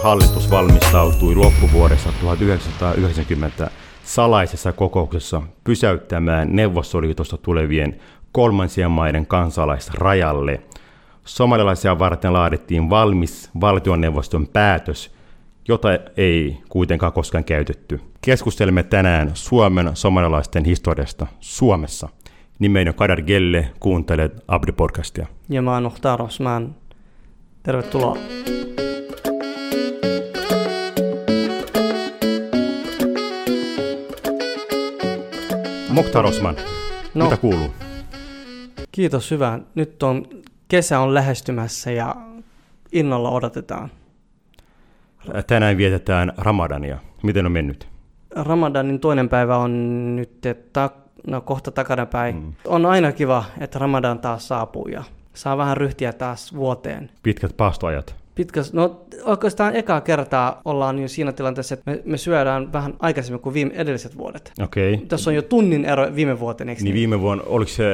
hallitus valmistautui loppuvuodessa 1990 salaisessa kokouksessa pysäyttämään Neuvostoliitosta tulevien kolmansien maiden kansalaiset rajalle. Somalialaisia varten laadittiin valmis valtioneuvoston päätös, jota ei kuitenkaan koskaan käytetty. Keskustelemme tänään Suomen somalialaisten historiasta Suomessa. Nimeni on Kadar Gelle, kuuntelet Abdi-podcastia. Ja mä oon Mukhtar Osman. Tervetuloa. Mukhtar Osman, mitä kuuluu? Kiitos, hyvä. Nyt kesä on lähestymässä ja innolla odotetaan. Tänään vietetään Ramadania. Miten on mennyt? Ramadanin toinen päivä on nyt kohta takanapäin. On aina kiva, että Ramadan taas saapuu ja saa vähän ryhtiä taas vuoteen. Pitkät paastoajat. Oikeastaan ekaa kertaa ollaan jo siinä tilanteessa, että me syödään vähän aikaisemmin kuin edelliset vuodet. Okei. Tässä on jo tunnin ero viime vuoteen, eikö niin? Viime vuonna, oliko se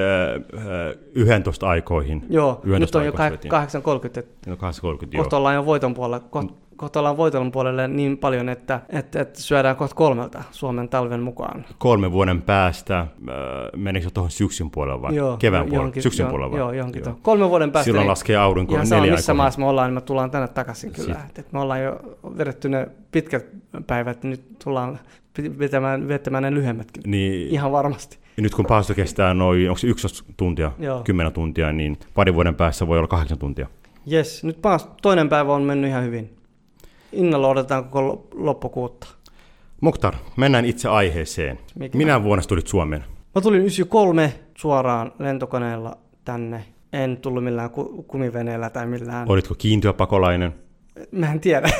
11 aikoihin? Joo, nyt on jo 8.30. No 8.30, joo. Kohta ollaan jo kohta ollaan voiton puolelle niin paljon, että syödään kohta 3 Suomen talven mukaan. 3 vuoden päästä, menikö se tuohon syksyn puolella vai? Joo, kevään puolella? Syksyn puolella vai? Joo, johonkin. 3 vuoden päästä. Silloin laskee aurinko 4 aikoihin. Missä maassa me ollaan, niin me tullaan tänne takaisin kyllä. Me ollaan jo vedetty ne pitkät päivät, niin nyt tullaan viettämään ne lyhyemmätkin. Niin, ihan varmasti. Ja nyt kun paasto kestää noin, onko se 11 tuntia, 10 tuntia, niin parin vuoden päässä voi olla 8 tuntia. Jes, nyt toinen päivä on mennyt ihan hyvin. Innolla odotetaan koko loppukuutta. Mukhtar, mennään itse aiheeseen. Minä vuonna tulit Suomeen? Mä tulin 93 suoraan lentokoneella tänne. En tullut millään kumiveneellä tai millään. Olitko kiintiöpakolainen? Mä en tiedä.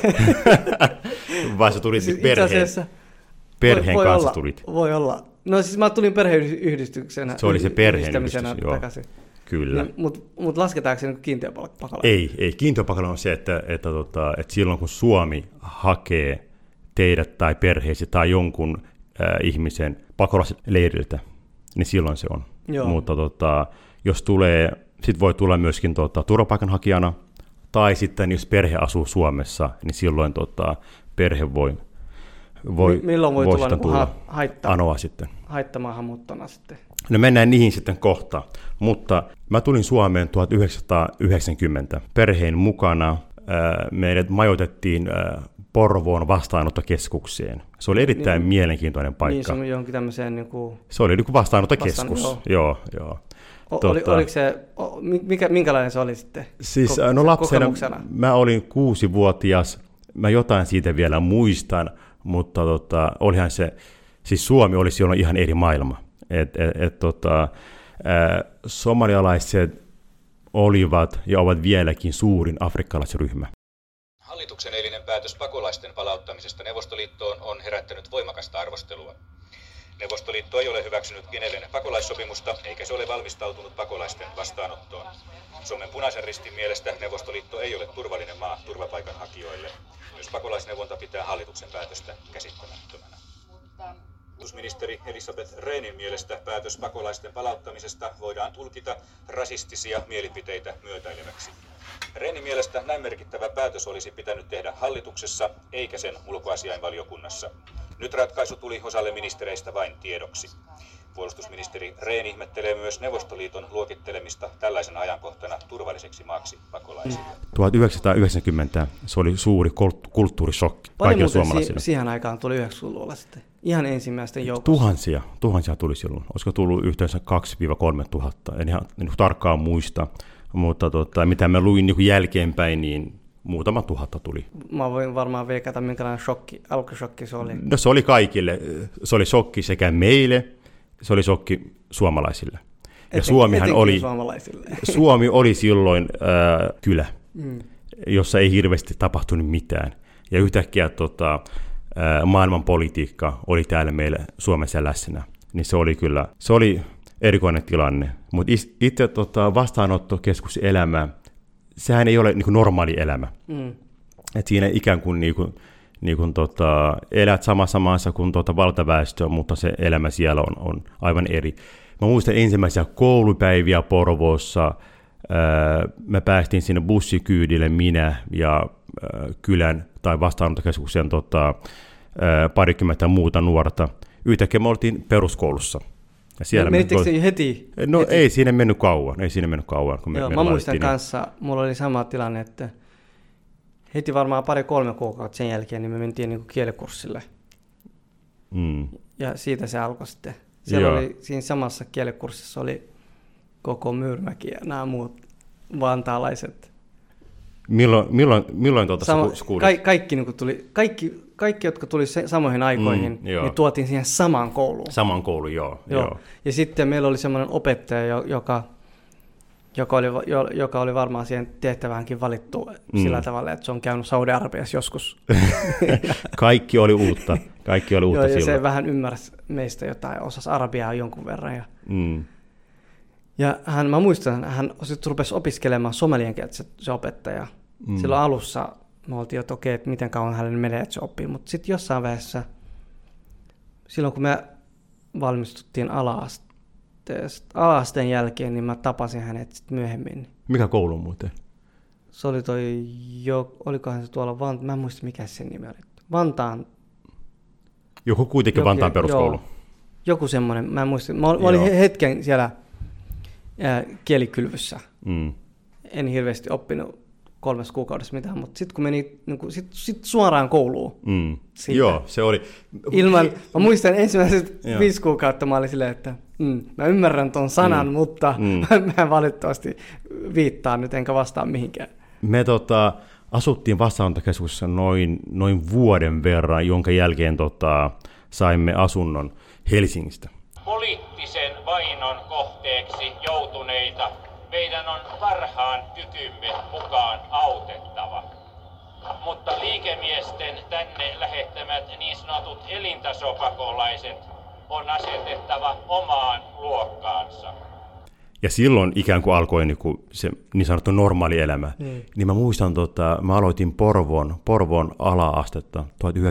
Vai sä tulit siis perheen kanssa tulit? Voi olla. No siis mä tulin perheyhdistyksenä. Se oli se perheyhdistys, joo. Takaisin. Kyllä. Mutta lasketaanko se niin kiintiöpakolainen? Ei. Kiintiöpakolainen on se, että silloin kun Suomi hakee teidät tai perheesi tai jonkun ihmisen pakolaisleiriltä, niin silloin se on. Joo. Mutta jos tulee, sit voi tulla myöskin turvapaikanhakijana, tai sitten jos perhe asuu Suomessa, niin silloin perhe voi milloin voi tulla anoa sitten. Haittamaahanmuuttona sitten. No mennään niihin sitten kohta, mutta mä tulin Suomeen 1990 perheen mukana. Meidät majoitettiin Porvoon vastaanottokeskukseen. Se oli erittäin mielenkiintoinen paikka. Niin, se on jonkin tämmöiseen Se oli vastaanottokeskus. Joo. Oliko se, minkälainen se oli sitten? Siis lapsena mä olin 6-vuotias, mä jotain siitä vielä muistan, mutta olihan se, siis Suomi oli silloin ihan eri maailma. Somalialaiset olivat ja ovat vieläkin suurin afrikkalaisryhmä. Hallituksen eilinen päätös pakolaisten palauttamisesta Neuvostoliittoon on herättänyt voimakasta arvostelua. Neuvostoliitto ei ole hyväksynyt Geneven pakolaissopimusta, eikä se ole valmistautunut pakolaisten vastaanottoon. Suomen Punaisen Ristin mielestä Neuvostoliitto ei ole turvallinen maa turvapaikanhakijoille. Myös pakolaisneuvonta pitää hallituksen päätöstä käsittämättömänä. Puolustusministeri Elisabeth Rehnin mielestä päätös pakolaisten palauttamisesta voidaan tulkita rasistisia mielipiteitä myötäileväksi. Rehnin mielestä näin merkittävä päätös olisi pitänyt tehdä hallituksessa, eikä sen ulkoasiainvaliokunnassa. Nyt ratkaisu tuli osalle ministereistä vain tiedoksi. Puolustusministeri Rehn ihmettelee myös Neuvostoliiton luokittelemista tällaisena ajankohtana turvalliseksi maaksi pakolaisille. 1990 se oli suuri kulttuurishokki kaikille suomalaisille. Siihen aikaan tuli 90-luvulla sitten ihan ensimmäisten joukossa. Tuhansia tuli silloin. Olisiko tullut yhteensä 2-3 tuhatta? En ihan tarkkaan muista, mutta mitä mä luin niin jälkeenpäin, niin muutama tuhatta tuli. Mä voin varmaan veikata, minkälainen alkushokki se oli. No se oli kaikille. Se oli shokki sekä meille, se oli shokki suomalaisille. Ja Suomi oli silloin kylä, jossa ei hirveästi tapahtunut mitään. Ja yhtäkkiä maailmanpolitiikka oli täällä meillä Suomessa läsnä. Niin se oli erikoinen tilanne. Mutta itse vastaanottokeskuselämä, sehän ei ole niin normaali elämä. Et siinä ikään kuin, elät samassa maassa kuin valtaväestö, mutta se elämä siellä on aivan eri. Mä muistan ensimmäisiä koulupäiviä Porvoossa, Me päästiin sinne bussikyydille, minä ja kylän tai vastaanottokeskuksen parikymmentä muuta nuorta. Yhtäkkiä me oltiin peruskoulussa. Menittekö se heti? No heti? Ei siinä mennyt kauan, kun me mä muistan kanssa, mulla oli sama tilanne, että heti varmaan 2-3 kuukautta sen jälkeen niin me mentiin niin kuin kielikurssille. Ja siitä se alkoi sitten. Siellä oli, siinä samassa kielikurssissa oli koko Myyrmäki ja nämä muut vantaalaiset. Milloin kaikki, niin kaikki, jotka tuli samoihin aikoihin, niin tuotiin siihen samaan kouluun. Samaan kouluun, joo. Ja sitten meillä oli semmoinen opettaja, joka oli varmaan siihen tehtäväänkin valittu sillä tavalla, että se on käynyt Saudi-Arabiassa joskus. Kaikki oli uutta. Joo, ja silloin. se vähän ymmärsi meistä jotain, osasi arabiaa jonkun verran. Ja mä muistan, hän sitten rupesi opiskelemaan somalien kieltä se opettaja. Silloin alussa me oltiin, että okei, että miten kauan hänelle menee, että se oppii. Mutta sitten jossain vaiheessa, silloin kun me valmistuttiin ala-asteen jälkeen, niin mä tapasin hänet sitten myöhemmin. Mikä koulu muuten? Se oli olikohan se tuolla, mä en muista mikä sen nimi oli. Vantaan. Joku kuitenkin Vantaan peruskoulu. Joo, joku semmoinen, mä en muista. Mä olin hetken siellä kielikylvyssä. En hirveästi oppinut 3 kuukaudessa mitään, mutta sitten kun meni sit suoraan kouluun. Joo, se oli. Mä muistan ensimmäiset 5 kuukautta mä olin silleen, että mä ymmärrän ton sanan, mutta mä en valitettavasti viittaa nyt enkä vastaa mihinkään. Me asuttiin vastaanottokeskuksessa noin vuoden verran, jonka jälkeen saimme asunnon Helsingistä. Poliittisen vainon kohteeksi joutuneita meidän on parhaan kykymme mukaan autettava. Mutta liikemiesten tänne lähettämät niin sanotut elintasopakolaiset on asetettava omaan luokkaansa. Ja silloin ikään kuin alkoi se niin sanottu normaali elämä. Niin mä muistan, mä aloitin Porvoon ala-astetta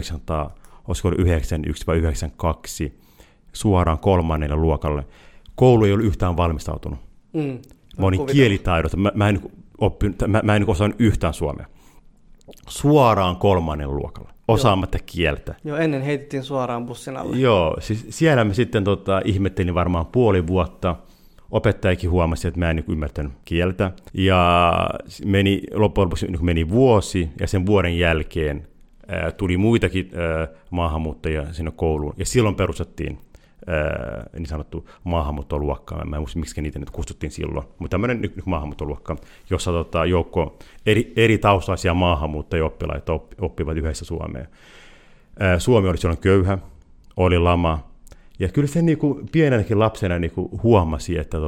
1991 vai 1992 suoraan 3. luokalle. Koulu ei ollut yhtään valmistautunut. Mä olin kielitaidotta. Mä en osannut yhtään suomea. Suoraan 3. luokalle. Osaamatta kieltä. Joo, ennen heitettiin suoraan bussin alle. Joo, siis siellä mä sitten ihmettelin varmaan puoli vuotta. Opettajakin huomasi, että mä en ymmärtänyt kieltä. Ja loppujen lopuksi meni vuosi, ja sen vuoden jälkeen tuli muitakin maahanmuuttajia sinne kouluun. Ja silloin perustettiin niin sanottu maahanmuuttoluokka. Mä en muista, miksi niitä nyt kutsuttiin silloin. Mutta tämmöinen maahanmuuttoluokka, jossa joukko eri taustaisia maahanmuuttajia-oppilaita oppivat yhdessä Suomea. Suomi oli silloin köyhä, oli lama. Ja kyllä se pienenäkin lapsena huomasi, että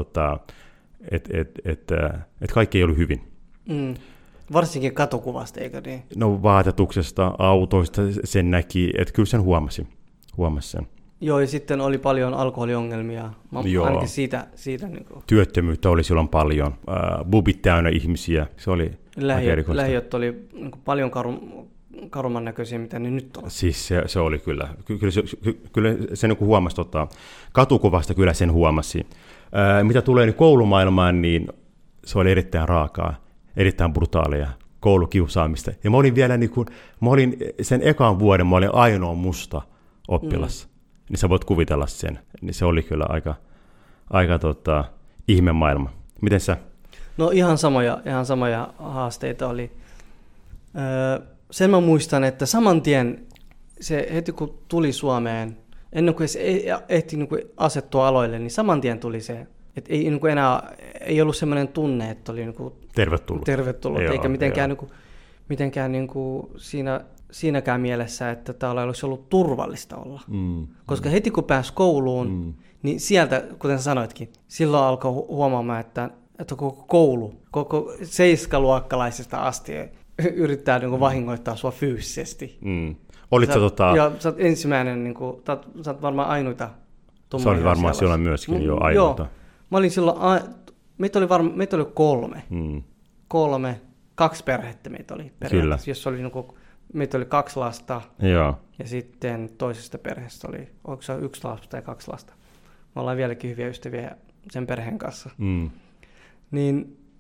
kaikki ei ollut hyvin. Varsinkin katukuvasta, eikö niin? No vaatetuksesta, autoista sen näki, että kyllä sen huomasi sen. Joo, ja sitten oli paljon alkoholiongelmia. Ainakin siitä Työttömyyttä oli silloin paljon. Bubit täynnä ihmisiä. Se oli lähiöt oli paljon karumman näköisiä, mitä ne nyt ovat. Siis se oli kyllä. Kyllä se huomasi, katukuvasta kyllä sen huomasi. Mitä tulee niin koulumaailmaan, niin se oli erittäin raakaa, erittäin brutaalia koulukiusaamista. Ja mä olin vielä, mä olin sen ekan vuoden, mä olin ainoa musta oppilas. Niin sä voit kuvitella sen. Niin se oli kyllä aika ihme maailma. Miten sä? No ihan samoja haasteita oli. Sen mä muistan, että saman tien se heti kun tuli Suomeen, ennen kuin se ehti asettua aloille, niin saman tien tuli se, että ei ollut semmoinen tunne, että oli tervetullut eikä mitenkään siinäkään mielessä, että täällä olisi ollut turvallista olla. Koska heti kun pääsi kouluun, niin sieltä, kuten sä sanoitkin, silloin alkoi huomaamaan, että koko koulu, koko 7-luokkalaisesta asti yrittää vahingoittaa sua fyysisesti. Ja sä oot ensimmäinen, sä oot varmaan ainoita tuommoisia. Se oli varmaan silloin myöskin jo ainoita. Mä olin silloin, meitä oli 3, 2 perhettä meitä oli periaatteessa, jossa oli meitä oli 2 lasta, ja sitten toisesta perheestä oli, onko se 1 lasta tai 2 lasta. Me ollaan vieläkin hyviä ystäviä sen perheen kanssa. Niin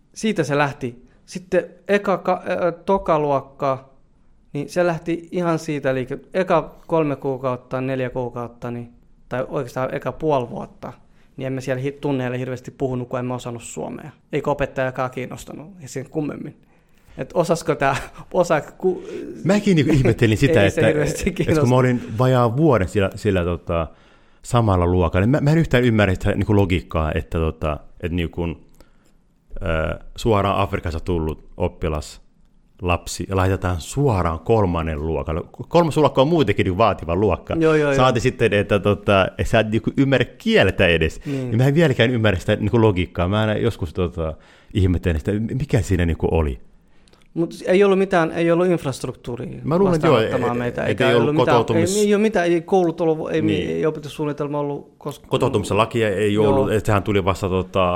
siitä se lähti. Sitten tokaluokka, niin se lähti ihan siitä, eli eka 3 kuukautta, 4 kuukautta, niin, tai oikeastaan eka puoli vuotta, niin emme siellä tunneille hirveästi puhunut, kun emme osannut suomea. Eikä opettajakaan kiinnostanut sen kummemmin. Että osasko tämä Mäkin niin ihmettelin sitä, että kun mä olin vajaa vuoden sillä samalla luokalla, niin mä en yhtään ymmärrä sitä niin logiikkaa, että niin kuin, suoraan Afrikassa tullut oppilas, lapsi, ja laitetaan suoraan 3. luokalle. 3. luokka on muutenkin niin vaativa luokka. Saati sitten, että sä et niin ymmärrä kieltä edes. Niin mä en vieläkään ymmärrä sitä niin logiikkaa. Mä en joskus ihmettelen sitä, mikä siinä niin oli. Mutta ei ollut infrastruktuuria vastaanottamaan meitä. Ei ollut ei koulut ollut, ei opetussuunnitelma ollut koskaan. Kotoutumisen lakia ei ollut, että sehän tuli vasta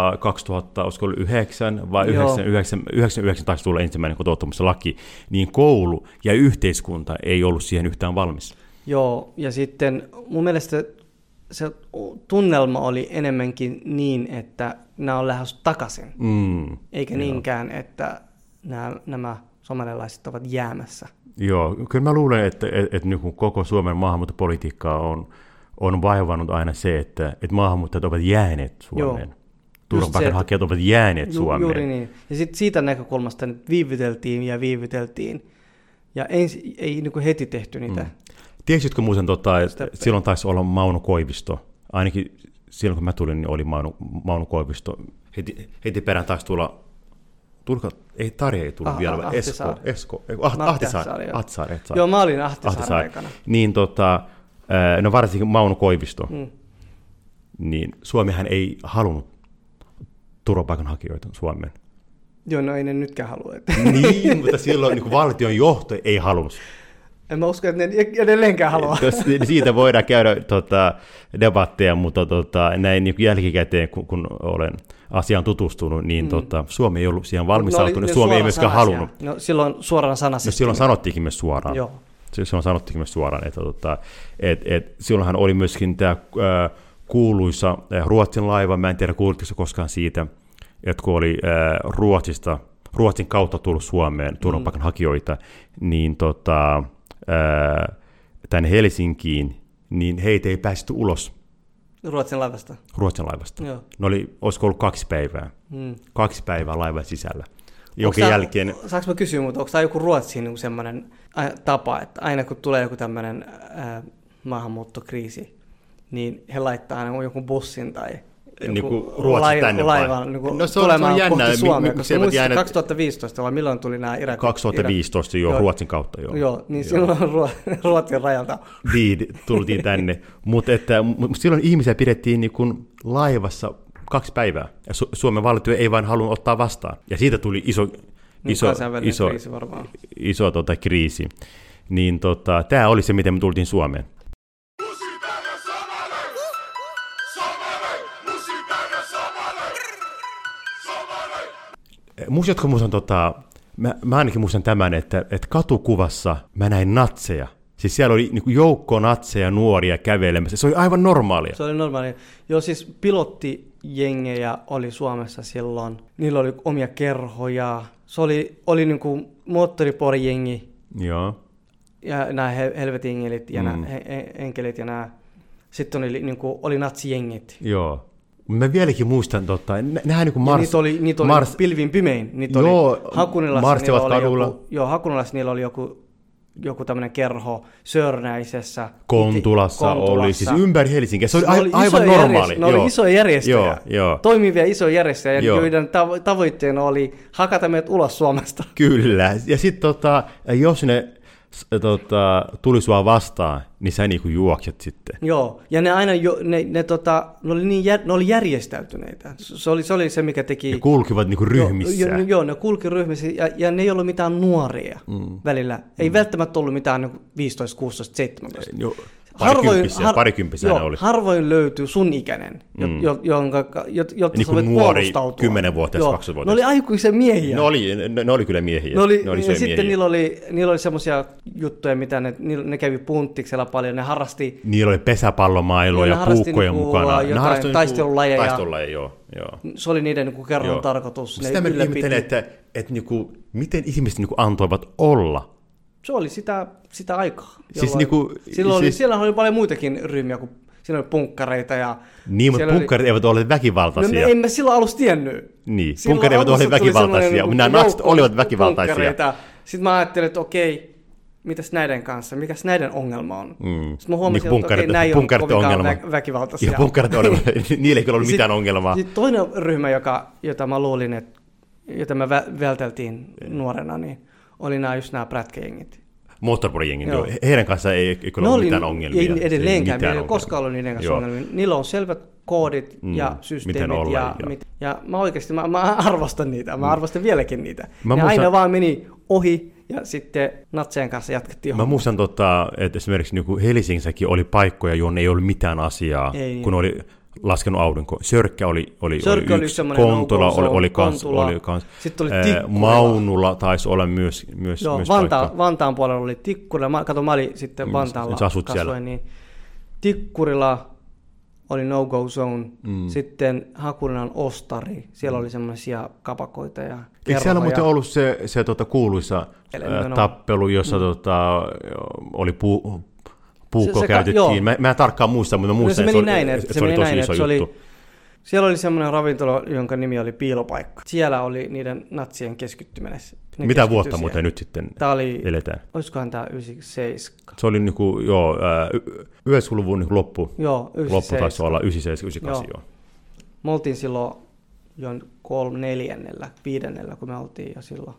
2009 vai 1999 taisi tulla ensimmäinen kotoutumisen laki, niin koulu ja yhteiskunta ei ollut siihen yhtään valmis. Joo, ja sitten mun mielestä se tunnelma oli enemmänkin niin, että nämä on lähes takaisin, eikä niinkään, että nämä somalilaiset ovat jäämässä. Joo, kyllä mä luulen, että koko Suomen maahanmuuttopolitiikkaa on vaivannut aina se, että maahanmuuttajat ovat jääneet Suomeen. Turvapaikanhakijat ovat jääneet Suomeen. Juuri niin. Ja sitten siitä näkökulmasta nyt viivyteltiin. Ja ei niin kuin heti tehty niitä. Tiesitkö muuten, että silloin taisi olla Mauno Koivisto. Ainakin silloin, kun mä tulin, niin oli Mauno Koivisto. Heti perään taisi tulla Tarja ei tullut vielä. Ahtisaari. Joo, mä olin Ahtisaaren aikana. Niin no varsinkin Mauno Koivisto. Niin Suomihan ei halunnut turvapaikanhakijoita Suomeen. Joo, no ei ne nytkään halua. Niin, mutta silloin niin valtion johto ei halunnut. En mä usko, että ne edelleenkään haluaa. Siitä voidaan käydä debatteja, mutta näin niin jälkikäteen, kun olen asiaan tutustunut, niin Suomi ei ollut siihen valmistautunut, Suomi ei myöskään halunnut. No silloin suoraan sanassa. No silloin sanottiinkin myös suoraan. Joo. Silloin sanottiinkin myös suoraan, että silloinhan oli myöskin tämä kuuluisa Ruotsin laiva, mä en tiedä kuulitko se koskaan siitä, että kun oli Ruotsin kautta tullut Suomeen turvapaikanhakijoita, niin tänne Helsinkiin, niin heitä ei päästy ulos. Ruotsin laivasta? Ruotsin laivasta. Joo. Olisiko ollut 2 päivää? 2 päivää laivan sisällä. Jonkin jälkeen... Saanko mä kysyä, mutta onko tämä joku Ruotsiin niin semmoinen tapa, että aina kun tulee joku tämmöinen maahanmuuttokriisi, niin he laittaa aina joku bussin tai laivan niin tulemaan kohti Suomea, koska muistin 2015, vai milloin tuli nämä Irakin? 2015, Ruotsin kautta. Joo, niin silloin Ruotsin rajalta. Tultiin tänne, mutta silloin ihmisiä pidettiin niin kuin laivassa 2 päivää, ja Suomen valtio ei vain halunnut ottaa vastaan, ja siitä tuli iso kriisi. Niin tämä oli se, miten me tultiin Suomeen. Muistatko mä ainakin muistan tämän, että katukuvassa mä näin natseja. Siis siellä oli niin joukko natseja nuoria kävelemässä. Se oli aivan normaalia. Se oli normaalia. Joo, siis pilottijengejä oli Suomessa silloin. Niillä oli omia kerhoja. Se oli niin kuin moottoriporijengi. Joo. Ja nämä helvetingelit ja nämä enkelit ja nämä. Sitten oli natsijengit. Joo. Mä vieläkin muistan, nehän niin kuin niitä oli pilvin pimein. Niitä oli Hakunilassa niillä oli joku tämmöinen kerho, Sörnäisessä. Kontulassa oli, siis ympäri Helsinkiä. Se oli aivan normaali. Ne oli isoja järjestöjä, toimivia isoja järjestöjä, joiden tavoitteena oli hakata meidät ulos Suomesta. Kyllä, ja sitten jos ne tuli sua vastaan, niin sä niinku juokset sitten. Joo, ja ne aina ne oli järjestäytyneitä. Se oli se, mikä teki... Ne kulkivat niinku ryhmissä. Joo, ne kulki ryhmissä, ja ne ei ollut mitään nuoria välillä. Ei välttämättä ollut mitään 15, 16, 17. Parikymppisiä oli. Harvoin löytyy sun ikäinen, jotta niin sä voit nuori, puolustautua. 10-vuotias, 20-vuotias. Ne oli aikuisia miehiä. Ne oli kyllä miehiä. Ja sitten niillä oli semmoisia juttuja, mitä ne kävi punttiksella paljon, ne harrasti... Niillä oli pesäpallomailoja, puukkojen mukana. Ne harrasti taistelulajeja. Joo. Se oli niiden niin kerran tarkoitus. Sitä mä ihmettelen, että miten ihmiset antoivat olla. Se oli sitä aikaa. Siellä oli paljon muitakin ryhmiä, kun siellä oli punkkareita. Niin, mutta punkkarit eivät ole väkivaltaisia. No, emme silloin alussa tiennyt. Niin, punkkarit eivät ole väkivaltaisia, mutta nämä naiset olivat väkivaltaisia. Sitten mä ajattelin, että okei, mitäs näiden kanssa, mikäs näiden ongelma on. Sitten mä huomasin, niin, että nämä ei ole kovinkaan väkivaltaisia. Ja punkkarit olivat, niillä ei kyllä ollut mitään ongelmaa. Toinen ryhmä, jota mä luulin, jota me välteltiin nuorena, niin oli just nämä prätkäjengit. Moottoripyöräjengit, joo. Heidän kanssaan ei kyllä ole mitään ongelmia. Ei edelleenkään, meillä ei ole koskaan ollut niiden kanssa ongelmia. Niillä on selvät koodit ja systeemit. Ja mä oikeasti, mä arvostan niitä, mä arvostan vieläkin niitä. Aina vaan meni ohi ja sitten natsien kanssa jatkettiin. Mä muistan, että esimerkiksi Helsingissäkin oli paikkoja, jonne ei ollut mitään asiaa, kun oli laskenut aurinko. Sörkkä oli yksi, Kontula oli kans. Sitten oli Tikkurila. Maunulla taisi olla myös Vantaan puolella oli Tikkurila. Mä olin sitten Vantaalla kasvoin, niin Tikkurila oli no-go zone. Sitten Hakunilan Ostari. Siellä oli semmoisia kapakoita ja kerroja. Eikö siellä muuten ollut se kuuluisa tappelu, jossa oli puukko käytettiin. Mä en tarkkaan muista, mutta muistan, että se oli tosi iso juttu. Siellä oli semmoinen ravintola, jonka nimi oli Piilopaikka. Siellä oli niiden natsien keskittyminen. Mitä vuotta muuten nyt sitten eletään? Olisikohan tämä 97? Se oli 90-luvun loppu. Joo, 97. Loppu taisi olla 97, 98. Me oltiin silloin jo 3/4, 5, kun me oltiin jo silloin.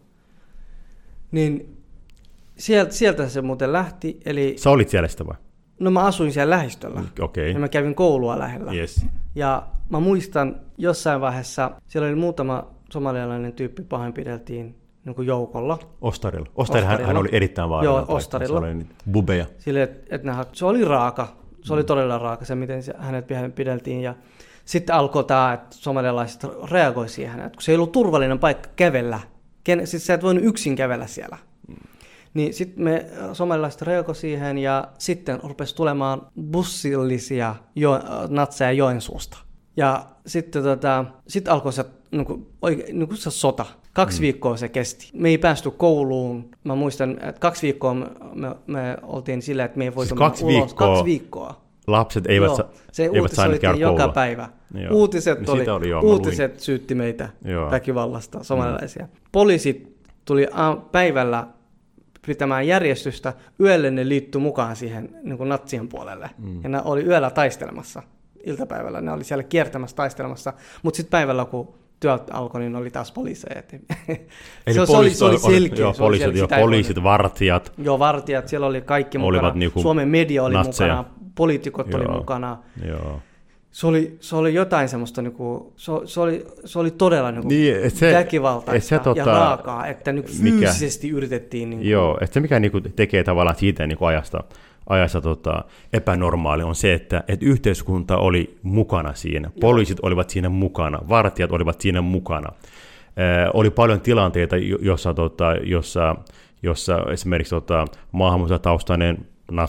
Niin sieltä se muuten lähti. Eli... Sä olit siellä sitä vai? No mä asuin siellä lähistöllä. Okay. Ja mä kävin koulua lähellä. Yes. Ja mä muistan jossain vaiheessa, siellä oli muutama somalialainen tyyppi pahoinpideltiin niin kuin joukolla. Ostarilla hän oli erittäin vaarallinen. Joo, Ostarilla. Se oli bubeja. Se oli raaka. Se oli todella raaka se, miten hänet pideltiin. Ja sitten alkoi tämä, että somalialaiset reagoi siihen, että kun se ei ollut turvallinen paikka kävellä. Siis sä et voinut yksin kävellä siellä. Niin sitten me somalilaiset reagoi siihen ja sitten rupesi tulemaan bussillisia natseja Joensuusta. Ja sitten sit alkoi se, se sota. 2 viikkoa se kesti. Me ei päästy kouluun. Mä muistan, että 2 viikkoa me oltiin silleen, että me ei voitu siis ulos. 2 viikkoa. Lapset eivät saaneet käydä koulua. Joka päivä. Joo. Uutiset syytti meitä väkivallasta, somalilaisia. Poliisit tuli päivällä pitämään järjestystä, yölle ne liittyi mukaan siihen niin kuin natsien puolelle. Ja ne oli yöllä taistelemassa, iltapäivällä ne oli siellä kiertämässä taistelemassa, mutta sitten päivällä kun työt alkoi, niin oli taas poliiseja. Eli se oli selkeä. Poliisit, vartijat. Joo, vartijat, siellä oli kaikki mukana. Niinku Suomen media oli natseja. Mukana, poliitikot oli mukana. Joo. Se oli jotain semmoista, se oli todella väkivaltaista ja raakaa, että fyysisesti yritettiin. Joo, että se mikä tekee tavallaan siitä ajasta epänormaali on se, että yhteiskunta oli mukana siinä, poliisit olivat siinä mukana, vartijat olivat siinä mukana. Oli paljon tilanteita, jossa esimerkiksi maahanmuuttajataustainen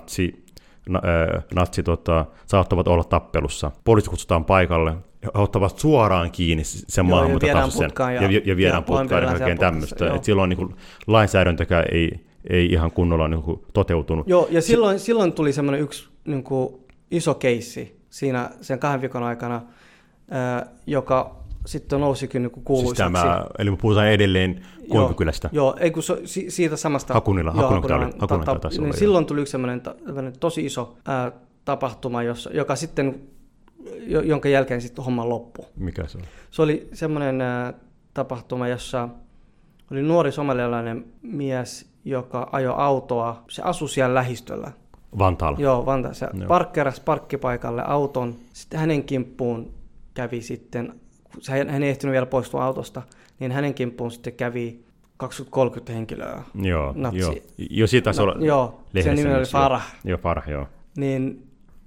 natsit saattavat olla tappelussa. Poliisit kutsutaan paikalle, he ottavat suoraan kiinni sen maahanmuuttajataustaisen ja viedään putkaan ja kaikkeen tämmöistä. Silloin lainsäädäntökään ei ihan kunnolla toteutunut. Joo, ja silloin tuli semmoinen yksi iso keissi siinä sen 2 viikon aikana, joka sitten nousikin kuuluisaksi. Siis eli me puhutaan edelleen Koivukylästä. Joo, ei kun siitä samasta. Hakunilan taisi olla. Silloin tuli yksi semmoinen tosi iso tapahtuma, joka sitten, jonka jälkeen sitten homma loppui. Mikä se oli? Se oli semmoinen tapahtuma, jossa oli nuori somalialainen mies, joka ajoi autoa. Se asui siellä lähistöllä. Vantaalla? Joo, Vantaalla. Se parkkeerasi parkkipaikalle auton. Sitten hänen kimppuun kävi sitten, hän ei ehtinyt vielä poistua autosta, niin hänen kimppuun sitten kävi 20-30 henkilöä. Joo, natsi. Jo siitä taisi olla joo, sen nimi oli Farah. Joo, Farah, joo. Niin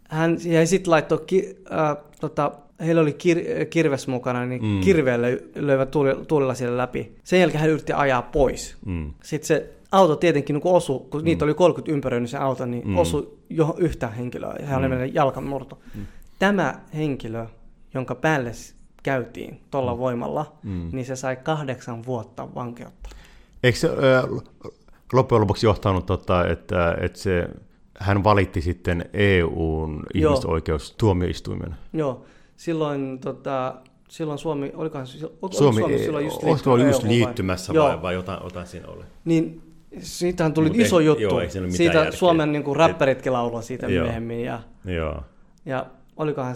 ja sitten laittoi, heillä oli kirves mukana, niin kirveellä löivät tuulilla siellä läpi. Sen jälkeen hän yritti ajaa pois. Sitten se auto tietenkin niin osui, kun niitä oli 30 ympäröinyt se auto, niin osui jo yhtään henkilöä, ja hän oli mennyt jalkamurto. Tämä henkilö, jonka päälle käytiin tuolla voimalla, niin se sai 8 vuotta vankeutta. Eikö se loppujen lopuksi johtanut, että hän valitti sitten EU:n ihmisoikeustuomioistuimen? Joo, silloin Suomi, olikohan Suomi silloin just liittymässä vai jotain siinä oli? Niin siitähän tuli iso juttu. Joo, ei siinä ole siitä järkeä. Suomen niin kuin räppäritkin lauloi siitä myöhemmin. Ja olikohan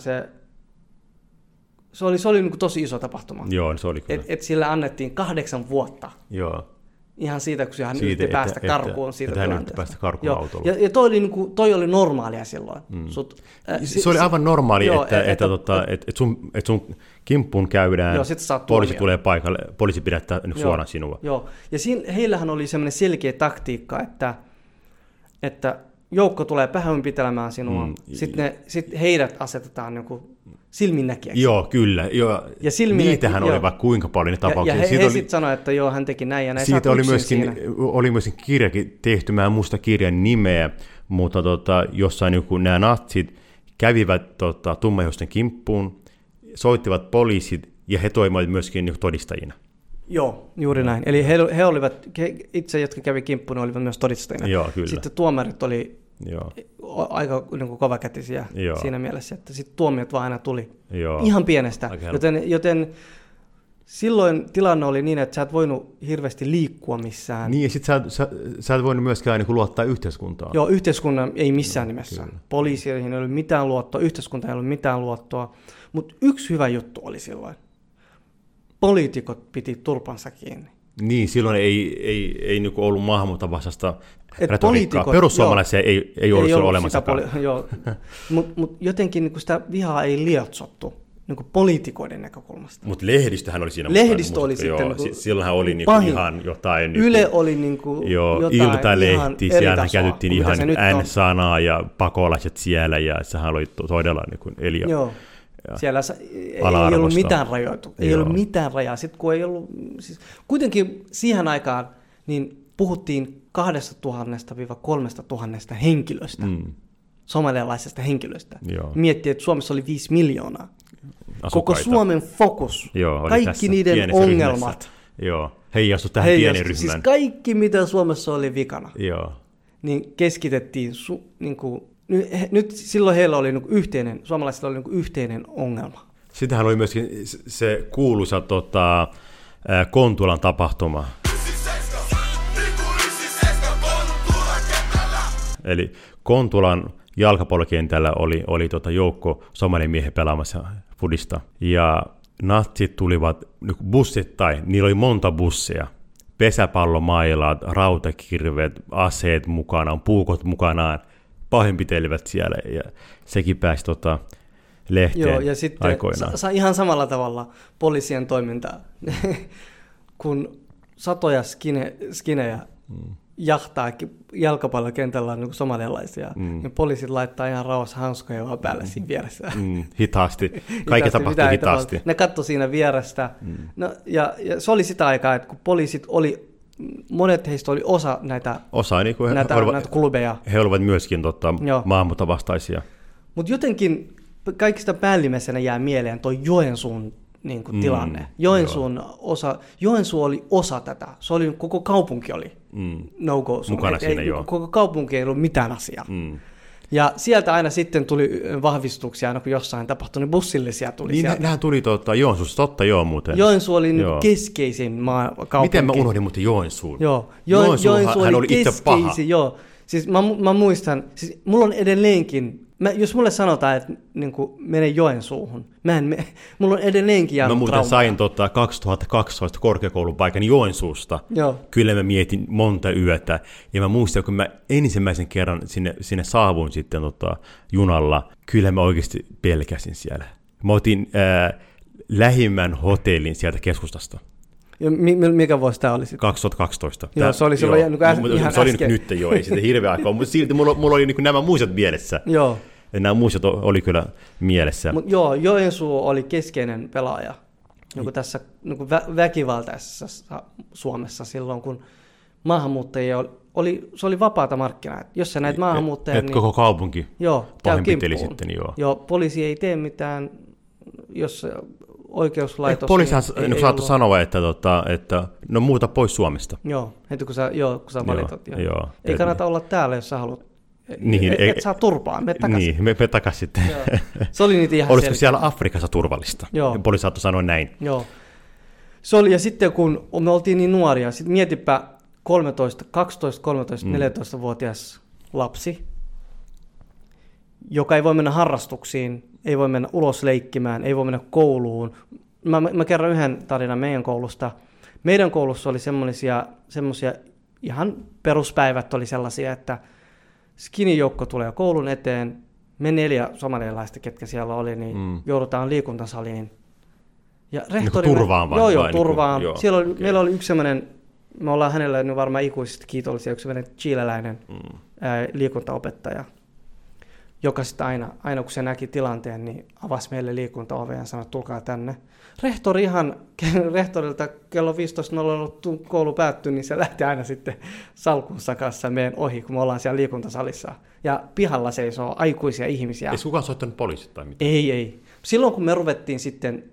se oli niin kuin tosi iso tapahtuma. Joo, se oli kyllä. Et sille annettiin 8 vuotta. Joo. Ihan siitä, kun hän yritti päästä karkuun siitä tilanteesta. Hän yritti päästä karkuun autolla. Ja toi oli normaalia silloin. Se oli aivan normaali, että sun kimppuun käydään, poliisi tulee paikalle, poliisi pidättää suoraan sinua. Joo, ja heillähän oli semmoinen selkeä taktiikka, että joukko tulee pahoinpitelemään sinua, sitten heidät asetetaan joku silminnäkijäksi. Joo, kyllä. Joo. Ja niitähän oli vaikka kuinka paljon ne tapauksia. Ja he sitten sanoivat, että joo, hän teki näin ja näin. Siitä oli myöskin kirjakin tehty, mä en muista kirjan nimeä, mutta jossain nämä natsit kävivät tummaihoisten kimppuun, soittivat poliisit ja he toimivat myöskin todistajina. Joo, juuri näin. Eli he olivat, itse jotka kävi kimppuun, olivat myös todistajina. Joo, kyllä. Sitten tuomarit oli aika kovakätisiä siinä mielessä, että sitten tuomiot vaan aina tuli ihan pienestä. Joten silloin tilanne oli niin, että sä et voinut hirveästi liikkua missään. Niin, ja sitten sä et voinut myöskään luottaa yhteiskuntaan. Joo, yhteiskunnan ei missään nimessä. Poliisiin ei ollut mitään luottoa, yhteiskunta ei ollut mitään luottoa. Mutta yksi hyvä juttu oli silloin. Poliitikot piti turpansa kiinni. Niin, silloin ei ollut maahanmuuttovastaista retoriikkaa. Perussuomalaisia ei ollut silloin olemassakaan. Mutta jotenkin sitä vihaa ei lietsottu poliitikoiden näkökulmasta. Mutta lehdistöhän oli siinä. Lehdistö oli sitten. Silloinhan oli ihan jotain. Yle oli jotain Iltalehti, siellä käytettiin ihan N-sanaa ja pakolaiset siellä, ja sehän oli todella Elia. Joo. Siellä ei ollut mitään rajoitu. Ei ollut mitään rajaa. Sitten kun ei ollut, kuitenkin siihen aikaan niin puhuttiin 2,000–3,000 henkilöstä, somalialaisesta henkilöstä. Miettii, että Suomessa oli 5 miljoonaa. Asukkaita. Koko Suomen fokus, kaikki niiden ongelmat. Heijastu tähän pienen ryhmään. Siis kaikki, mitä Suomessa oli vikana, niin keskitettiin nyt silloin heillä oli suomalaisilla oli yhteinen ongelma. Sitähän oli myöskin se kuuluisa Kontulan tapahtuma. Eli Kontulan jalkapallokentällä oli joukko somalimiehen pelaamassa fudista. Ja natsit tulivat bussittain, niillä oli monta busseja. Pesäpallomailat, rautakirveet, aseet mukanaan, puukot mukanaan. Pahoinpitelivät siellä, ja sekin pääsi lehteen aikoinaan. Ja sitten ihan samalla tavalla poliisien toimintaa, kun satoja skinejä jahtaa jalkapallokentällä somalialaisia, niin poliisit laittaa ihan rauhassa hanskoja vaan päälle siinä vieressä. Hitaasti. Kaikki tapahtuu hitaasti. Ne katsoi siinä vierestä. No, ja se oli sitä aikaa, että kun poliisit monet heistä oli osa näitä klubeja. He olivat myöskin maahanmuuttovastaisia. Mutta jotenkin kaikista päällimmäisenä jää mieleen tuo Joensuun tilanne. Joensuu oli osa tätä. Se oli, koko kaupunki oli no-go. Mukana siinä, koko kaupunki ei ollut mitään asiaa. Ja sieltä aina sitten tuli vahvistuksia, aina kun jossain tapahtui, niin bussillisia tuli niin sieltä. Nehän tuli Joensuussa, totta muuten. Joensuu oli keskeisin kaupunki. Miten mä unohdin muuten Joensuun? Joensuu oli itse paha. Joo. Siis mä muistan, siis mulla on edelleenkin, jos mulle sanotaan, että mene Joensuuhun, mulla on edelleenkin jäänyt trauma. Mä muuten sain 2012 korkeakoulun paikan Joensuusta. Kyllä mä mietin monta yötä. Ja mä muistan, kun mä ensimmäisen kerran sinne saavuin sitten junalla, kyllä mä oikeasti pelkäsin siellä. Mä otin lähimmän hotellin sieltä keskustasta. Ja mikä vuosi tämä oli sitten? 2012. Se oli silloin ihan se oli nyt ei sitä hirveä aikaa, mutta silti mulla oli nämä muistot mielessä. Joo. Nämä muistot oli kyllä mielessä. Mut joo, Joensuu oli keskeinen pelaaja niin tässä niin väkivaltaisessa Suomessa silloin, kun maahanmuuttajia se oli vapaata markkinaa. Jos sä näet maahanmuuttajia, niin koko kaupunki pahoinpiteli sitten, joo. Joo, poliisi ei tee mitään, jos oikeuslaitos... Poliisihan saattoi sanoa, että no muuta pois Suomesta. Joo, heti kun sä valitat. Joo. Ei kannata olla täällä, jos sä haluat. Niin, et saa turpaa, mene takaisin. Niin, me takaisin sitten. Se oli niitä ihan olisiko siellä Afrikassa turvallista? Joo. Poliisi saattoi sanoa näin. Joo. Se oli, ja sitten kun me oltiin niin nuoria, sitten mietipä 12, 13, 14-vuotias lapsi, joka ei voi mennä harrastuksiin, ei voi mennä ulos leikkimään, ei voi mennä kouluun. Mä kerron yhden tarinan meidän koulusta. Meidän koulussa oli semmoisia ihan peruspäivät oli sellaisia, että skinny-joukko tulee koulun eteen, me 4 somalialaista, ketkä siellä oli, niin joudutaan liikuntasaliin. Ja rehtori... Turvaan vai? Joo, turvaan. Joo, meillä oli yksi semmoinen, me ollaan hänelle nyt varmaan ikuisesti kiitollisia, yksi semmoinen chileläinen liikuntaopettaja, joka sitten aina kun se näki tilanteen, niin avasi meille liikuntaoveen ja sanoi, että tulkaa tänne. Rehtorilta kello 15.00 koulu päättyi, niin se lähti aina sitten salkunsa kanssa meidän ohi, kun me ollaan siellä liikuntasalissa. Ja pihalla seisoo aikuisia ihmisiä. Ei kukaan soittanut poliisit tai mitään? Ei. Silloin kun me ruvettiin sitten,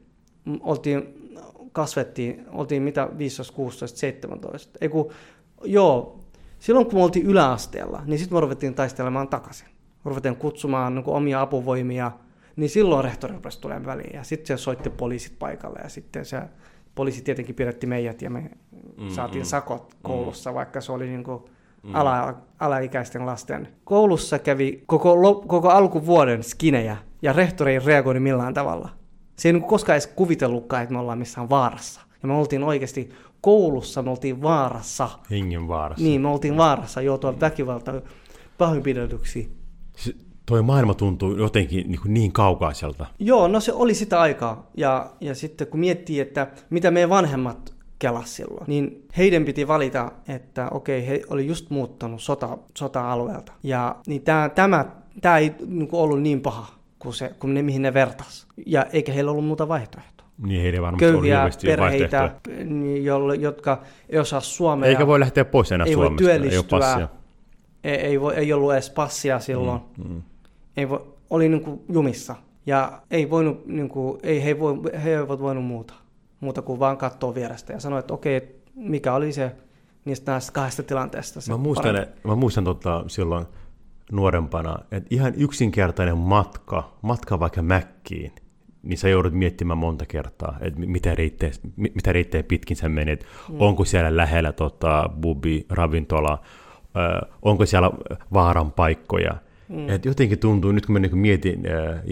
oltiin mitä 15, 16, 17. Silloin kun me oltiin yläasteella, niin sitten me ruvettiin taistelemaan takaisin. Ruvettiin kutsumaan niin kuin omia apuvoimia, niin silloin rehtori rupesi tulemaan väliin. Ja sitten se soitti poliisit paikalle ja sitten se poliisi tietenkin pidätti meidät ja me saatiin sakot koulussa, vaikka se oli niin kuin alaikäisten lasten. Koulussa kävi koko alkuvuoden skinejä ja rehtori ei reagoinut millään tavalla. Se ei niin koskaan edes kuvitellutkaan, että me ollaan missään vaarassa. Ja me oltiin oikeasti koulussa, me oltiin vaarassa. Hengen vaarassa. Niin, me oltiin vaarassa joutua väkivaltaan pahoinpidellyksi. Toi maailma tuntuu jotenkin niin kaukaiselta. Joo, no se oli sitä aikaa. Ja sitten kun miettii, että mitä meidän vanhemmat kelas silloin, niin heidän piti valita, että okei, he oli just muuttanut sota-alueelta. Ja niin tämä ei niin ollut niin paha kuin ne, mihin ne vertas. Ja eikä heillä ollut muuta vaihtoehtoa. Niin heidän varmasti oli hirveästi perheitä, jotka ei osaa suomea. Eikä voi lähteä pois enää Suomesta. Ei voi työllistyä. Ei ollut edes passia silloin. Oli niin kuin jumissa. Ja ei voinut, niin kuin, he eivät voinut muuta kuin vaan katsoa vierestä ja sanoa, että okei, mikä oli se näistä 2 tilanteesta. Mä muistan silloin nuorempana, että ihan yksinkertainen matka vaikka Mäkkiin, niin sä joudut miettimään monta kertaa, että mitä reittejä pitkin sä menet, onko siellä lähellä bubi, ravintola, onko siellä vaaran paikkoja. Et jotenkin tuntuu, nyt kun mä mietin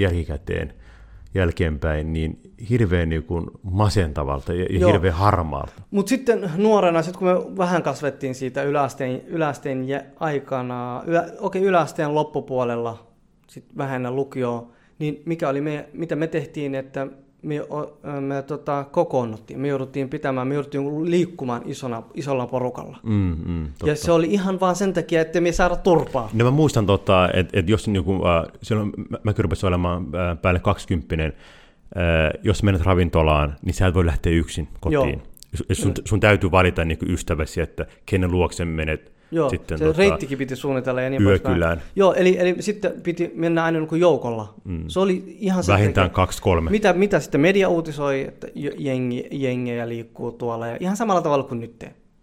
jälkeenpäin, niin hirveän masentavalta ja hirveän harmaalta. Mutta sitten nuorena, kun me vähän kasvettiin siitä yläasteen aikana, yläasteen loppupuolella, sitten vähän ennen lukioon, niin mikä oli mitä me tehtiin, että me kokoonnuttiin, me jouduttiin liikkumaan isolla porukalla. Ja se oli ihan vaan sen takia, että me saada turpaa. No mä muistan, että jos silloin mä rupesin olemaan päälle 20, jos menet ravintolaan, niin sä et voi lähteä yksin kotiin. Sun täytyy valita ystäväsi, että kenen luokse menet. Joo, sitten, se reittikin piti suunnitella ja niin yökylään. Joo, eli sitten piti mennä aina joukolla. Se oli ihan se. Vähintään 2-3. Mitä sitten media uutisoi, että jengejä liikkuu tuolla ja ihan samalla tavalla kuin nyt.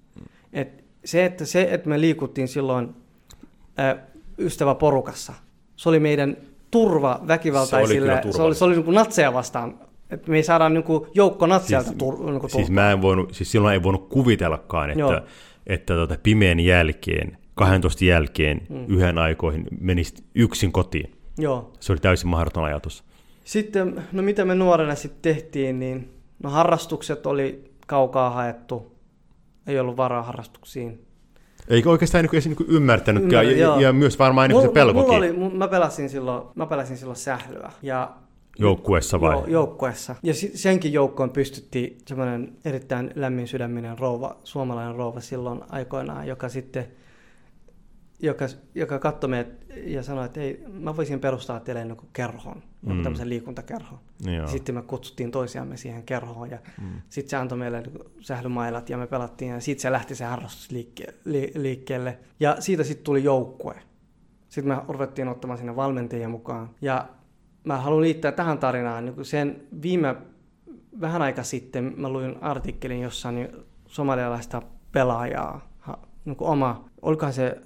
Että me liikuttiin silloin ystäväporukassa, se oli meidän turva väkivaltaisille. Se oli niin kuin natseja vastaan. Että me ei saada niin kuin joukko natseilta turvaa. Siis silloin ei voinut kuvitellakaan, että pimeän jälkeen, 12 jälkeen, yhden aikoihin menisi yksin kotiin. Joo. Se oli täysin mahdoton ajatus. Sitten, no mitä me nuorena sitten tehtiin, niin harrastukset oli kaukaa haettu. Ei ollut varaa harrastuksiin. Eikä oikeastaan edes ymmärtänytkään, ja myös varmaan se pelkokin. Mä pelasin silloin sählyä. Joukkueessa vai? Joukkueessa. Ja senkin joukkoon pystytti semmoinen erittäin lämmin sydäminen suomalainen rouva silloin aikoinaan, joka sitten joka katsoi meidät ja sanoi, että hei, mä voisin perustaa teille niin kerhon, tämmöisen liikuntakerhon. Sitten me kutsuttiin toisiamme siihen kerhoon ja sitten se antoi meille sählymailat ja me pelattiin ja sitten se lähti se harrastus liikkeelle. Ja siitä sitten tuli joukkue. Sitten me ruvettiin ottamaan sinne valmentajia mukaan. Ja mä haluan liittää tähän tarinaan niin sen vähän aika sitten mä luin artikkelin, jossa niin somalialaista pelaajaa, niin olikohan se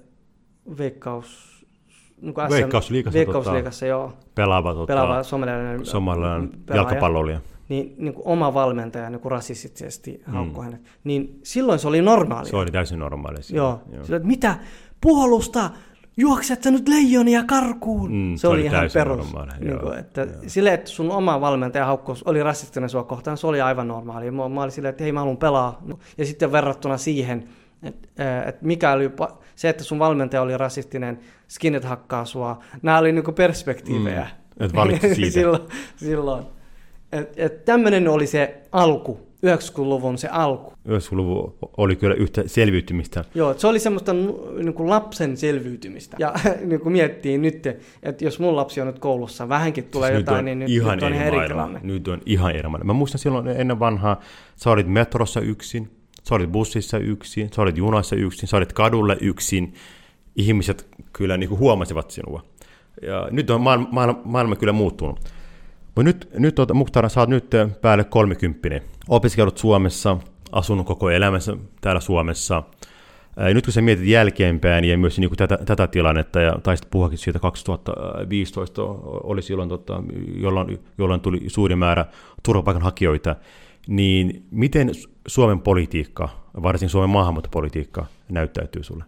Veikkausliigassa, joo. Pelaava somalialainen jalkapalloilija. Niin kuin oma valmentaja niin kuin rasistisesti haukkoi hänet. Niin silloin se oli normaalia. Se oli täysin normaalia. Joo. Silloin, että mitä? Puolusta! Juokset sä nyt leijonia karkuun? Se oli ihan perus. Silleen, että sun oma valmentaja haukkous oli rasistinen sua kohtaan, se oli aivan normaalia. Mä olin silleen, että hei, mä haluan pelaa. Ja sitten verrattuna siihen, että mikä oli se, että sun valmentaja oli rasistinen, skinnet hakkaa sua. Nämä oli niinku perspektiivejä. Että valitsi siitä. silloin. Tämmöinen oli se alku. 90-luvun se alku. 90-luvun oli kyllä yhtä selviytymistä. Joo, se oli semmoista niin kuin lapsen selviytymistä. Ja niin kuin miettii nyt, että jos mun lapsi on nyt koulussa, vähänkin tulee jotain, niin nyt on ihan eri tilanne. Nyt on ihan eri maailma. Mä muistan silloin ennen vanhaa, sä olit metrossa yksin, sä olit bussissa yksin, sä olit junassa yksin, sä olit kadulla yksin. Ihmiset kyllä niin kuin huomasivat sinua. Ja nyt on maailma kyllä muuttunut. Nyt Mukhtar, sä oot nyt päälle 30. Opiskellut Suomessa, asunut koko elämänsä täällä Suomessa. Nyt kun sä mietit jälkeenpäin ja myös niin kuin tätä tilannetta, ja taisit puhuakin siitä 2015, oli silloin, jolloin tuli suuri määrä turvapaikanhakijoita, niin miten Suomen politiikka, varsinkin Suomen maahanmuuttopolitiikka, näyttäytyy sulle?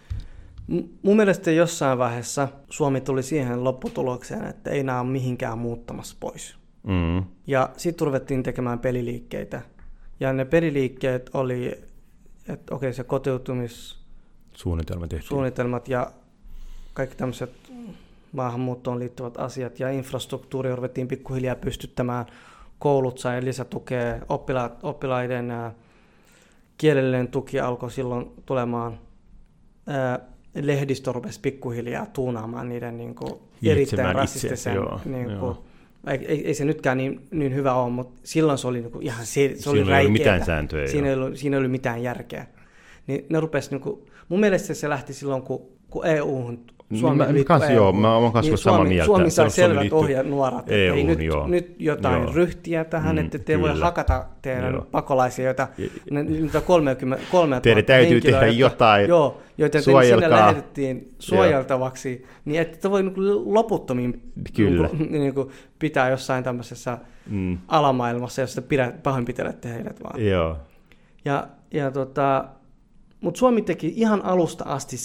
Mun mielestä jossain vaiheessa Suomi tuli siihen lopputulokseen, että ei nämä ole mihinkään muuttamassa pois. Ja sitten ruvettiin tekemään peliliikkeitä. Ja ne peliliikkeet oli, että okei, se kotoutumissuunnitelmat ja kaikki tämmöiset maahanmuuttoon liittyvät asiat ja infrastruktuuri ruvettiin pikkuhiljaa pystyttämään. Koulut sai lisätukea, oppilaiden kielellinen tuki alkoi silloin tulemaan. Lehdistö rupesi pikkuhiljaa tuunaamaan niiden niin kuin erittäin rasistisen. Ei se nytkään niin hyvä ole, mutta silloin se oli niin kuin ihan se oli räikeätä. Ei mitään sääntöjä. Siinä ei ollut mitään järkeä. Niin ne rupesi, niin kuin, mun mielestä se lähti silloin, kun EU-hun Suomi liittyi EU-hun. Mä oon kanssa samaa mieltä. Suomi sai selvät ohjenuorat, että nyt jotain ryhtiä tähän, että te voi hakata teidän pakolaisia, joita 3 teidän täytyy tehdä jotain. Joo, joita sinne lähetettiin suojeltavaksi, niin että te voi loputtomiin pitää jossain tämmöisessä alamaailmassa, jossa pahoinpitelette heidät vaan. Joo. Mutta Suomi teki ihan alusta asti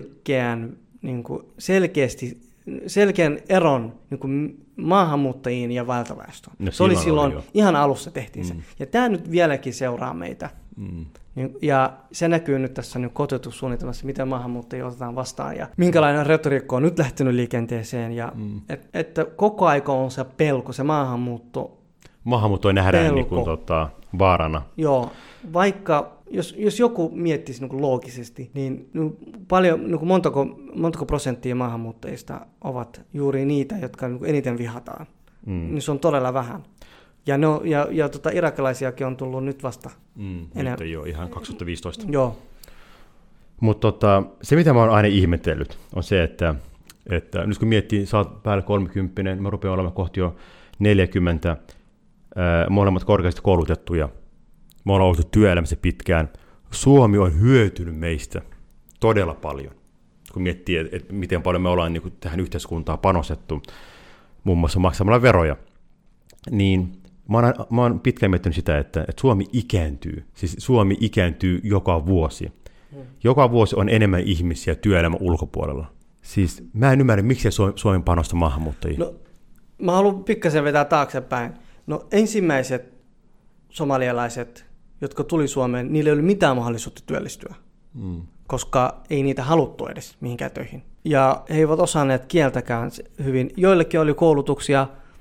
selkeän eron niin kuin maahanmuuttajiin ja valtaväestöön. No, se oli silloin, ihan alussa tehtiin se. Ja tämä nyt vieläkin seuraa meitä. Ja se näkyy nyt tässä niin kotoutussuunnitelmassa, miten maahanmuuttajia otetaan vastaan ja minkälainen retoriikka on nyt lähtenyt liikenteeseen. Ja että koko aika on se pelko, se maahanmuutto. Maahanmuutto nähdään niin kuin, vaarana. Joo, vaikka jos joku miettisi niin kuin loogisesti, niin paljon, niin kuin montako prosenttia maahanmuuttajista ovat juuri niitä, jotka niin kuin eniten vihataan. Niin se on todella vähän. Ja irakilaisiakin on tullut nyt vasta enemmän. Nyt jo ihan 2015. Joo. Mutta se, mitä mä oon aina ihmetellyt, on se, että nyt kun miettii, sä oot päälle 30, mä rupean olemaan kohti jo 40, molemmat korkeasti koulutettuja. Me ollaan oltu työelämässä pitkään. Suomi on hyötynyt meistä todella paljon, kun miettii, että miten paljon me ollaan niin kuin tähän yhteiskuntaan panostettu, muun muassa maksamalla veroja. Niin mä oon pitkään miettinyt sitä, että Suomi ikääntyy. Siis Suomi ikääntyy joka vuosi. Joka vuosi on enemmän ihmisiä työelämän ulkopuolella. Siis mä en ymmärrä, miksi Suomi panostaa maahanmuuttajiin. No, mä haluan pikkasen vetää taaksepäin. No ensimmäiset somalialaiset, jotka tuli Suomeen, niillä ei ollut mitään mahdollisuutta työllistyä, koska ei niitä haluttu edes mihinkään töihin. Ja he eivät osanneet kieltäkään hyvin. Joillekin oli koulutuksia,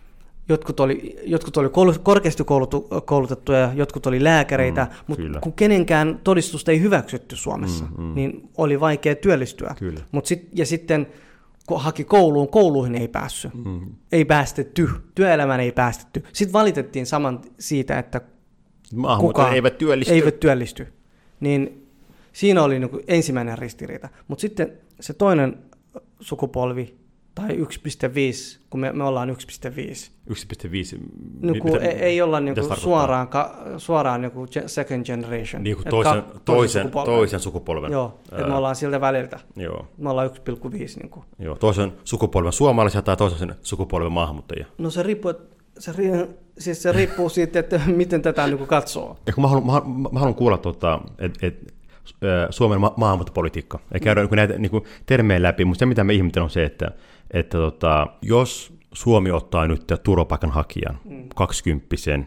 jotkut oli korkeasti koulutettuja, jotkut oli lääkäreitä, mutta kun kenenkään todistusta ei hyväksytty Suomessa, niin oli vaikea työllistyä. Ja sitten kun haki kouluihin ei päässyt. Ei päästetty, työelämään ei päästetty. Sitten valitettiin saman siitä, että kukaan eivät työllisty. Niin siinä oli niin kuin ensimmäinen ristiriita. Mutta sitten se toinen sukupolvi, tai 1.5, kun me ollaan 1.5. 1.5? Niin ei olla niin suoraan niin kuin second generation. Niin kuin toisen sukupolven. Joo, että me ollaan siltä väliltä. Joo. Me ollaan 1.5. Niin kuin. Joo, toisen sukupolven suomalaisia tai toisen sukupolven maahanmuuttajia. No se riippuu siitä, että miten tätä niin kuin katsoo. Ja mä haluan kuulla, että Suomen maahanmuuttopolitiikka. Ja käydään näitä niin kuin termejä läpi, mutta se mitä me ihmetellään on se, että jos Suomi ottaa nyt turvapaikanhakijan, 20-sen,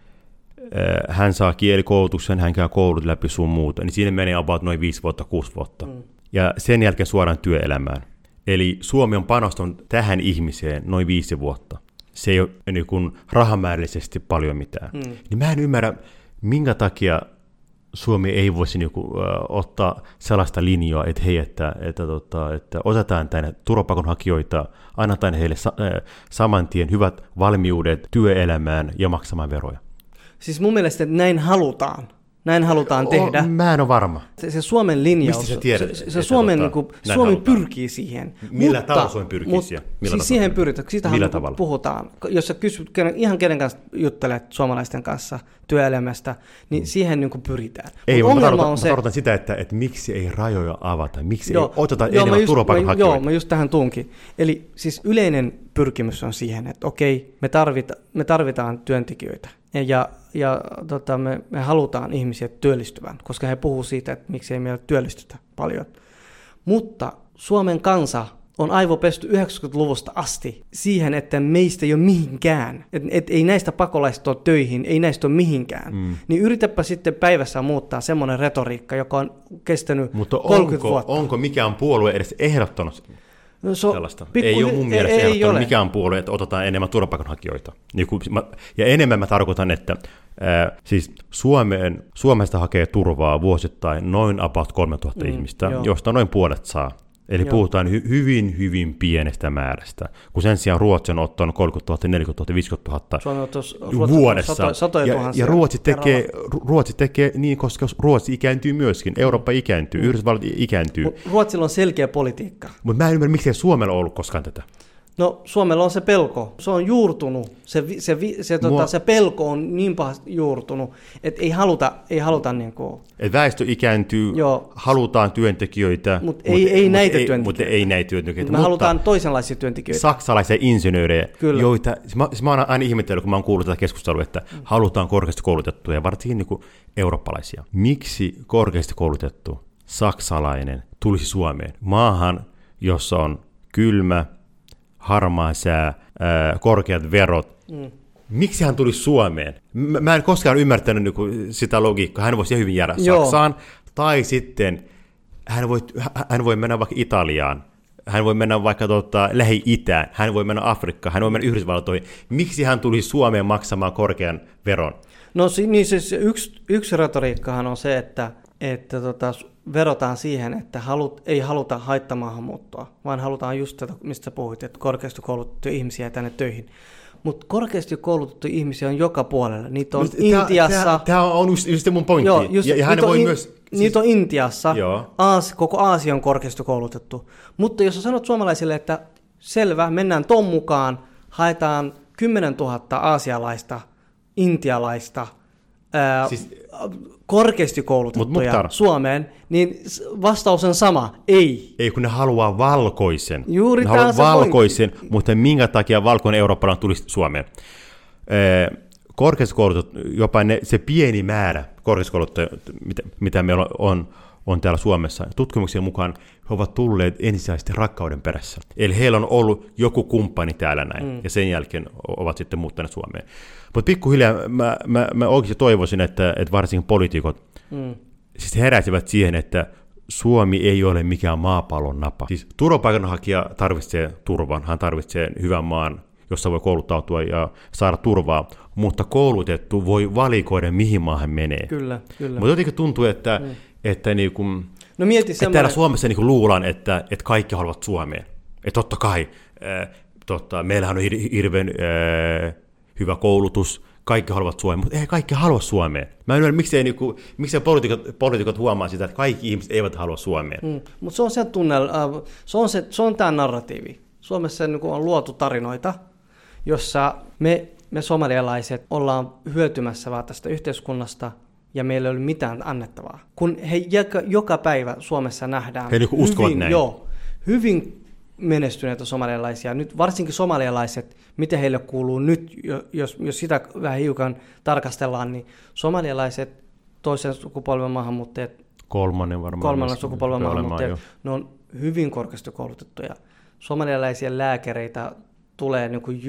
hän saa kielikoulutuksen, hän käy koulut läpi sun muuta, niin siinä menee about noin 5 vuotta, 6 vuotta. Ja sen jälkeen suoraan työelämään. Eli Suomi on panostanut tähän ihmiseen noin 5 vuotta. Se ei ole niin kuin rahamäärällisesti paljon mitään. Niin mä en ymmärrä, minkä takia Suomi ei voisi ottaa sellaista linjaa, että hei, että otetaan tänne turvapaikanhakijoita, annetaan heille saman tien hyvät valmiudet työelämään ja maksamaan veroja. Siis mun mielestä että näin halutaan tehdä. Mä en ole varma. Se Suomen linjaus. Mistä sä tiedät? Suomi pyrkii siihen. Millä tavalla Suomi pyrkii siihen? Siis siihen pyritään. Siitähän puhutaan. Jos sä kysyt ihan kenen kanssa juttelet suomalaisten kanssa työelämästä, niin siihen niin kuin pyritään. Ei, mä tarkoitan sitä, että miksi ei rajoja avata, miksi ei oteta enemmän turvapaikanhakijoita. Joo, mä just tähän tuunkin. Eli siis yleinen pyrkimys on siihen, että okei, me tarvitaan työntekijöitä. Me halutaan ihmisiä työllistyvän, koska he puhuu siitä, että miksi ei meillä työllistytä paljon. Mutta Suomen kansa on aivopesty 90-luvusta asti siihen, että meistä ei ole mihinkään. Että ei näistä pakolaisista ole töihin, ei näistä ole mihinkään. Niin yritäpä sitten päivässä muuttaa semmoinen retoriikka, joka on kestänyt 30 vuotta. Onko mikään puolue edes ehdottanut sellaista? Ei ole mun mielestä ehdottanut mikään puolue, että otetaan enemmän turvapaikanhakijoita. Ja enemmän mä tarkoitan, että siis Suomesta hakee turvaa vuosittain noin about 3000 ihmistä, josta noin puolet saa. Eli puhutaan hyvin, hyvin pienestä määrästä, kun sen sijaan Ruotsi on ottanut 30 000, 40 000, 50 000 vuodessa. Ja Ruotsi tekee niin, koska Ruotsi ikääntyy myöskin, Eurooppa ikääntyy, Yhdysvallat ikääntyy. Ruotsilla on selkeä politiikka. Mutta mä en ymmärrä, miksi Suomella on ollut koskaan tätä. No Suomella on se pelko, se on juurtunut, se pelko on niin pahasti juurtunut, että ei haluta niin kuin... Että väestö ikääntyy, halutaan työntekijöitä, mutta ei näitä työntekijöitä. Me halutaan toisenlaisia työntekijöitä. Saksalaisia insinöörejä, joita... Mä oon aina ihmetellyt, kun mä oon kuullut tätä keskustelua, että halutaan korkeasti koulutettuja, varsinkin niin kuin eurooppalaisia. Miksi korkeasti koulutettu saksalainen tulisi Suomeen? Maahan, jossa on kylmä, harmaa sää, korkeat verot. Miksi hän tuli Suomeen? Mä en koskaan ymmärtänyt sitä logiikkaa. Hän voisi hyvin jäädä Saksaan, tai sitten hän voi mennä vaikka Italiaan, hän voi mennä vaikka Lähi-Itään, hän voi mennä Afrikkaan, hän voi mennä Yhdysvaltoihin. Miksi hän tuli Suomeen maksamaan korkean veron? No niin siis yksi retoriikkahan on se, että verotaan siihen, että ei haluta haittamaahanmuuttoa, vaan halutaan just tätä, mistä puhuit, että korkeasti koulutettuja ihmisiä tänne töihin. Mutta korkeasti koulutettuja ihmisiä on joka puolella. Niitä on Intiassa. Tämä on just mun pointti. Joo, ja hän voi myös... Niitä on Intiassa. Koko Aasia on korkeasti koulutettu. Mutta jos sä sanot suomalaisille, että selvä, mennään ton mukaan, haetaan 10 000 aasialaista, intialaista, korkeasti koulutettuja Suomeen, niin vastaus on sama, ei. Ei, kun ne haluaa valkoisen. Juuri ne haluaa valkoisen, mutta minkä takia valkoinen eurooppalainen tulisi Suomeen? Korkeasti koulutettu, jopa se pieni määrä korkeasti koulutettuja, mitä meillä on täällä Suomessa, tutkimuksien mukaan he ovat tulleet ensisijaisesti rakkauden perässä. Eli heillä on ollut joku kumppani täällä näin, ja sen jälkeen ovat sitten muuttaneet Suomeen. Mutta pikkuhiljaa mä oikeasti toivoisin, että varsinkin poliitikot siis heräisivät siihen, että Suomi ei ole mikään maapallon napa. Siis turvapaikanhakija tarvitsee turvan, hän tarvitsee hyvän maan, jossa voi kouluttautua ja saada turvaa, mutta koulutettu voi valikoida, mihin maahan menee. Kyllä. Mutta jotenkin tuntuu, että niinku, no mieti että täällä Suomessa niinku luullaan, että kaikki haluavat Suomeen. Että totta kai, meillähän on hirveän hyvä koulutus, kaikki haluavat Suomeen, mutta ei kaikki halua Suomeen. Mä en ymmärrä, miksei poliitikot huomaa sitä, että kaikki ihmiset eivät halua Suomeen. Mutta se on se se on tämä narratiivi. Suomessa niin on luotu tarinoita, jossa me somalialaiset ollaan hyötymässä vaan tästä yhteiskunnasta ja meillä ei ole mitään annettavaa. Kun he joka päivä Suomessa nähdään hyvin menestyneitä somalialaisia, nyt varsinkin somalialaiset, miten heille kuuluu nyt, jos sitä vähän hiukan tarkastellaan, niin somalialaiset, toisen sukupolven maahanmuuttajat, kolmannen sukupolven maahanmuuttajat, ne on hyvin korkeasti koulutettuja. Somalialaisia lääkäreitä tulee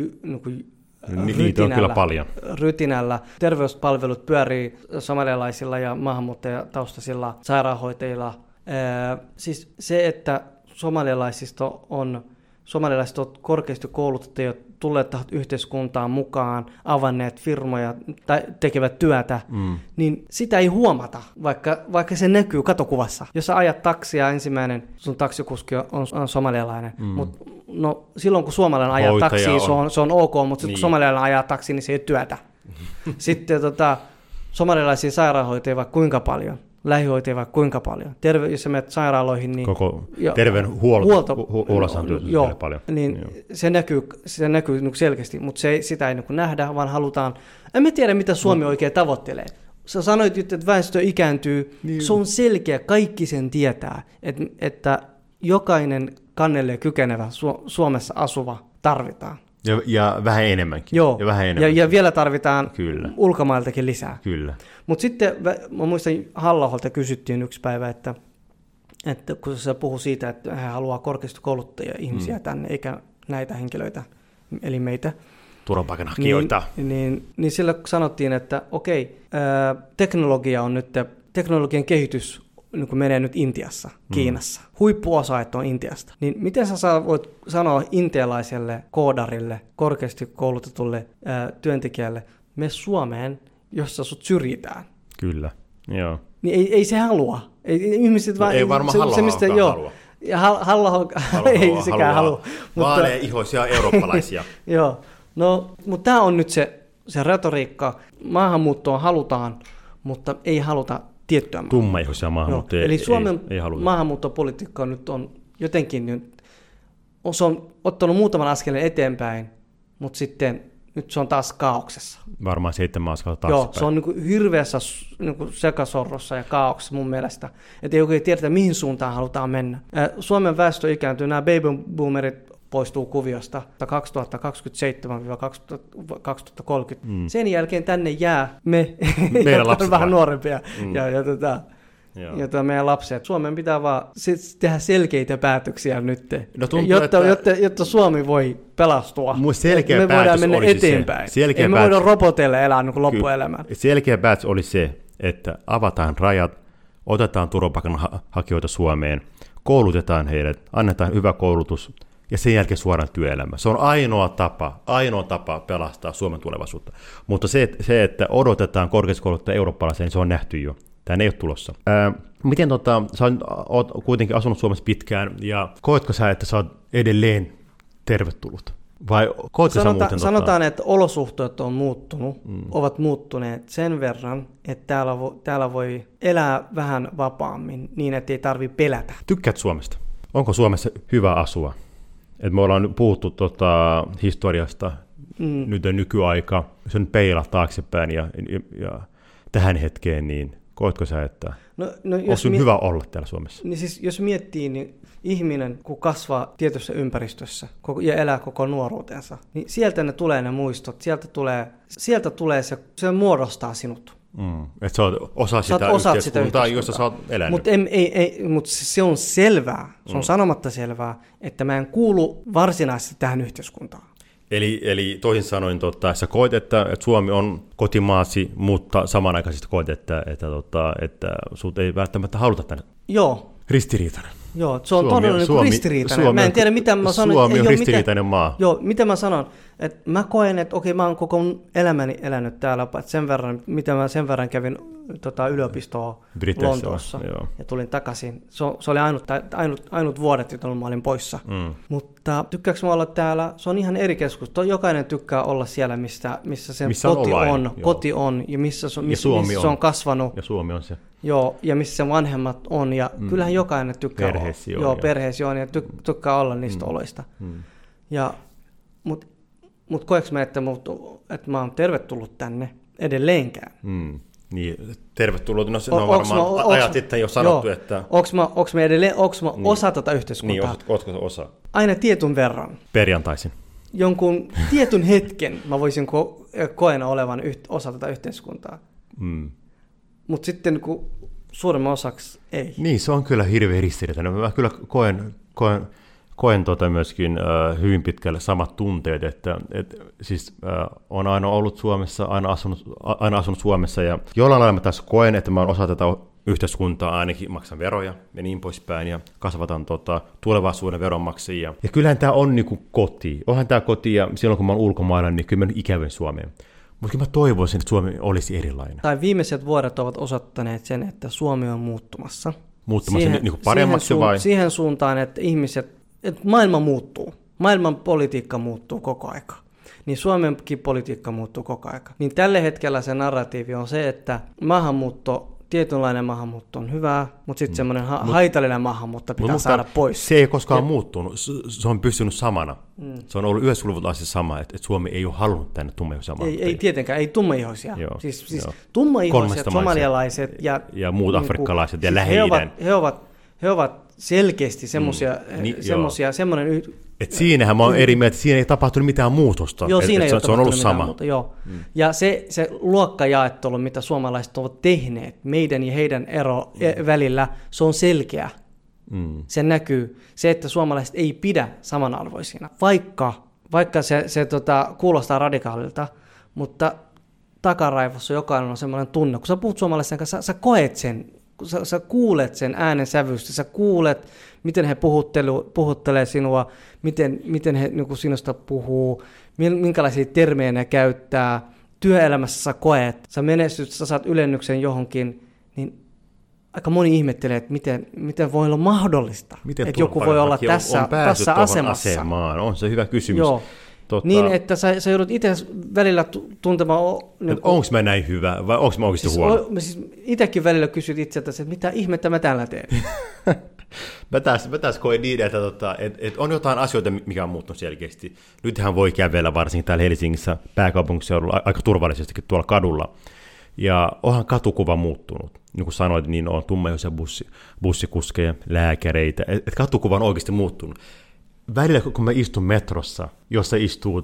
niitä on kyllä paljon. Rytinällä. Terveyspalvelut pyörii somalialaisilla ja maahanmuuttajataustaisilla sairaanhoitajilla. Siis se, että somalialaiset on korkeasti koulutettuja, tulleet tähän yhteiskuntaan mukaan, avanneet firmoja tai tekevät työtä, niin sitä ei huomata, vaikka se näkyy katokuvassa. Jos sä ajat taksia, ensimmäinen sun taksikuski on somalialainen, mutta no, silloin kun suomalainen ajaa taksia, se on ok, mutta kun somalialainen ajaa taksi, niin se ei ole työtä. Sitten somalialaisia sairaanhoitajia vaikka kuinka paljon. Lähihoitajia vaikka kuinka paljon. Jos sä menet sairaaloihin, niin koko terveydenhuollossa on työtä paljon. Niin se näkyy niin selkeästi, mutta sitä ei niin nähdä, vaan halutaan. En tiedä, mitä Suomi oikein tavoittelee. Sä sanoit, että väestö ikääntyy. Niin. Se on selkeä, kaikki sen tietää, että jokainen kannelle kykenevä Suomessa asuva tarvitaan. Ja vähän enemmänkin. Joo, ja vielä tarvitaan ulkomailtakin lisää. Kyllä. Mutta sitten mä muistan Halla-aholta kysyttiin yksi päivä, että kun se puhui siitä, että hän haluaa korkeasti kouluttajia ihmisiä tänne, eikä näitä henkilöitä, eli meitä. Turvapaikanhakijoita. Niin sillä sanottiin, että teknologian kehitys niin kuin menee nyt Intiassa, Kiinassa. Huippuosaajat on Intiasta. Niin miten sä voit sanoa intialaiselle koodarille, korkeasti koulutetulle työntekijälle, mene Suomeen, jossa sut syrjitään? Kyllä, joo. Niin ei se halua. Ihmiset vaan, ei varmaan halua. Ja Halla-aho ei sekään halua. Vaalea-ihoisia eurooppalaisia. Joo, no, mutta tämä on nyt se retoriikka. Maahanmuuttoa halutaan, mutta ei haluta tiettyä maahanmuuttoa. Tummaihoisia maahanmuuttoja eli Suomen ei maahanmuuttopolitiikka nyt on jotenkin, se on ottanut muutaman askeleen eteenpäin, mutta sitten nyt se on taas kaauksessa. Varmaan 7 askelta taaksepäin. Joo, se on niin hirveässä sekasorrossa ja kaauksessa mun mielestä. Että ei oikein tiedetä, mihin suuntaan halutaan mennä. Suomen väestö ikääntyy, nämä baby boomerit poistuu kuviosta 2027-2030. Sen jälkeen tänne jää meidän lapset vähän nuorempia ja meidän lapset. Suomen pitää vaan tehdä selkeitä päätöksiä nyt, jotta Suomi voi pelastua. Me voidaan mennä eteenpäin. Me voidaan robotille elää niin kuin loppuelämän. Selkeä päätös oli se, että avataan rajat, otetaan turvapaikanhakijoita Suomeen, koulutetaan heidät, annetaan hyvä koulutus, ja sen jälkeen suoraan työelämä. Se on ainoa tapa pelastaa Suomen tulevaisuutta. Mutta se että odotetaan korkeasti kouluttajia eurooppalaisia, niin se on nähty jo. Tämä ei ole tulossa. Miten sä oot kuitenkin asunut Suomessa pitkään, ja koetko sä, että sä oot edelleen tervetullut? Vai koetko sä muuten? Sanotaan, että olosuhteet ovat muuttuneet sen verran, että täällä voi elää vähän vapaammin, niin että ei tarvitse pelätä. Tykkäät Suomesta? Onko Suomessa hyvä asua? Et me ollaan puhuttu historiasta, nyt on nykyaika, se on peilaa taaksepäin ja tähän hetkeen, niin koetko sä, että on hyvä olla täällä Suomessa? Niin siis jos miettii, niin ihminen, kun kasvaa tietyssä ympäristössä ja elää koko nuoruutensa, niin sieltä ne tulee ne muistot, sieltä tulee se muodostaa sinut. Että sä oot osa sitä yhteiskuntaa, jossa sä oot elänyt. Mutta se on selvää, se on sanomatta selvää, että mä en kuulu varsinaisesti tähän yhteiskuntaan. Eli toisin sanoen, sä koet, että Suomi on kotimaasi, mutta samanaikaisesti koet, että sut ei välttämättä haluta tänne. Joo. Ristiriitainen. Joo, se on todella ristiriitainen. Mä en tiedä, mitä mä sanon. Suomi on ristiriitainen maa. Joo, mitä mä sanon. Et mä koen, että okei, mä oon koko elämäni elänyt täällä, sen verran, mitä mä sen verran kävin yliopistoa Lontoossa ja tulin takaisin. Se oli ainut vuodet, jota mä olin poissa. Mutta tykkääkö mä olla täällä? Se on ihan eri keskus. Jokainen tykkää olla siellä, missä sen koti on ja missä se on kasvanut. Ja Suomi on se. Joo, ja missä se vanhemmat on. Ja kyllähän jokainen tykkää perheesi on ja tykkää olla niistä oloista. Mutta koeks mä, että mä oon tervetullut tänne edelleenkään? Niin, tervetullut. No varmaan ajat sitten jo sanottu, että... Onko mä osa tätä yhteiskuntaa? Niin, ootko osa? Aina tietyn verran. Perjantaisin. Jonkun tietyn hetken mä voisin koen olevan osa tätä yhteiskuntaa. Mutta sitten kun suurimman osaksi ei. Niin, se on kyllä hirveän ristiriitainen. Mä kyllä koen myöskin hyvin pitkälle samat tunteet, että on aina ollut Suomessa, aina asunut Suomessa, ja jollain lailla mä tässä koen, että mä oon osa tätä yhteiskuntaa, ainakin maksan veroja ja niin poispäin, ja kasvatan tulevaisuuden veronmaksajia. Ja kyllähän tämä on niinku koti. Onhan tämä koti, ja silloin kun mä oon ulkomailla, niin kyllä mä ikävän Suomeen. Mutta mä toivoisin, että Suomi olisi erilainen. Tai viimeiset vuodet ovat osoittaneet sen, että Suomi on muuttumassa. Muuttumassa niin paremmaksi vai? Siihen suuntaan, että maailma muuttuu. Maailman politiikka muuttuu koko aika. Niin Suomenkin politiikka muuttuu koko aika. Niin tällä hetkellä se narratiivi on se, että tietynlainen maahanmuutto on hyvää, mutta sitten semmoinen haitallinen maahanmuutto pitää saada pois. Se ei koskaan muuttunut. Se on pysynyt samana. Se on ollut 90-luvulta asti sama, että Suomi ei ole halunnut tänne tummaihoisia maahanmuuttajia. Ei tietenkään, ei tummaihoisia. Siis tummaihoiset, somalialaiset ja muut afrikkalaiset ja Lähi-idän. He ovat selkeästi semmoinen... Että siinähän mä oon eri mieltä, että siinä ei tapahtunut mitään muutosta. Joo, siinä ei ole se on ollut sama. Muuta, joo. Ja se luokkajaottelu, mitä suomalaiset ovat tehneet meidän ja heidän välillä, se on selkeä. Se näkyy. Se, että suomalaiset ei pidä samanarvoisina, vaikka se kuulostaa radikaalilta, mutta takaraivossa jokainen on semmoinen tunne. Kun sä puhut suomalaisten kanssa, sä koet sen, sä kuulet sen äänen sävystä, sä kuulet, miten he puhuttelee sinua, miten he niin sinusta puhuu, minkälaisia termejä ne käyttää. Työelämässä sä koet, sä menestyt, sä saat ylennyksen johonkin, niin aika moni ihmettelee, että miten voi olla mahdollista, että joku voi olla tässä asemassa. Asemaan. On se hyvä kysymys. Joo. Niin, että sä joudut itse välillä tuntemaan... Onko mä näin hyvä vai onko mä oikeasti huono? Itsekin välillä kysyt itseltäsi, että mitä ihmettä mä täällä teen? Mä taas koen niin, että on jotain asioita, mikä on muuttunut selkeästi. Nythän voi kävellä varsinkin täällä Helsingissä pääkaupunkiseudulla aika turvallisestikin tuolla kadulla. Ja onhan katukuva muuttunut. Niin kuin sanoit, niin on tummaihoisia bussikuskeja, lääkäreitä. Katukuva on oikeasti muuttunut. Välillä, kun mä istun metrossa, jossa istuu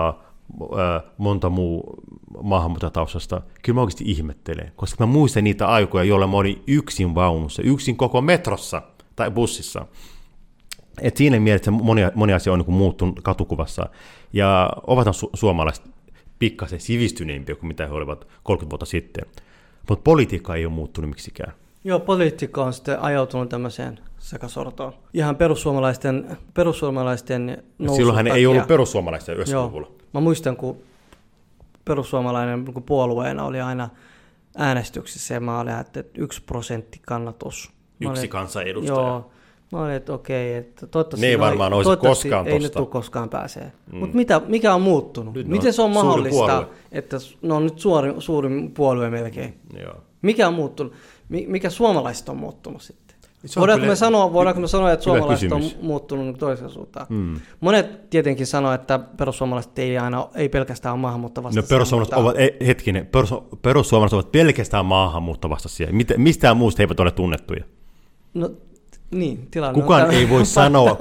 monta muu maahanmuuttajataustasta, kyllä mä oikeasti ihmettelen, koska mä muistan niitä aikoja, jolloin mä olin yksin vaunussa, yksin koko metrossa tai bussissa. Et siinä mielessä moni asia on niin kuin muuttunut katukuvassa, ja ovat suomalaiset pikkasen sivistyneempiä kuin mitä he olivat 30 vuotta sitten. Mutta politiikka ei ole muuttunut miksikään. Joo, politiikka on sitten ajautunut tämmöiseen sekasortoon. Ihan perussuomalaisten nousun silloinhan ei ollut perussuomalaisia 90-luvulla. Mä muistan, kun perussuomalainen puolueena oli aina äänestyksissä ja mä olin, että 1% kannatus. Yksi kansanedustaja. Joo. Mä olin, että okei, että toivottavasti... Ne ei varmaan olisi koskaan ei nyt koskaan pääsee. Mutta mikä on muuttunut? Miten se on mahdollista, että ne on nyt suurin puolue melkein? Joo. Mikä on muuttunut? Mikä suomalaiset on muuttunut sitten? Voidaanko me sanoa, että suomalaiset on muuttunut toiseen suuntaan? Monet tietenkin sanoo, että perussuomalaiset ei pelkästään ole maahanmuuttovastaisia. No perussuomalaiset ovat pelkästään maahanmuuttovastaisia. Mistään muusta he eivät ole tunnettuja. No niin, tilanne kukaan ei voi sanoa,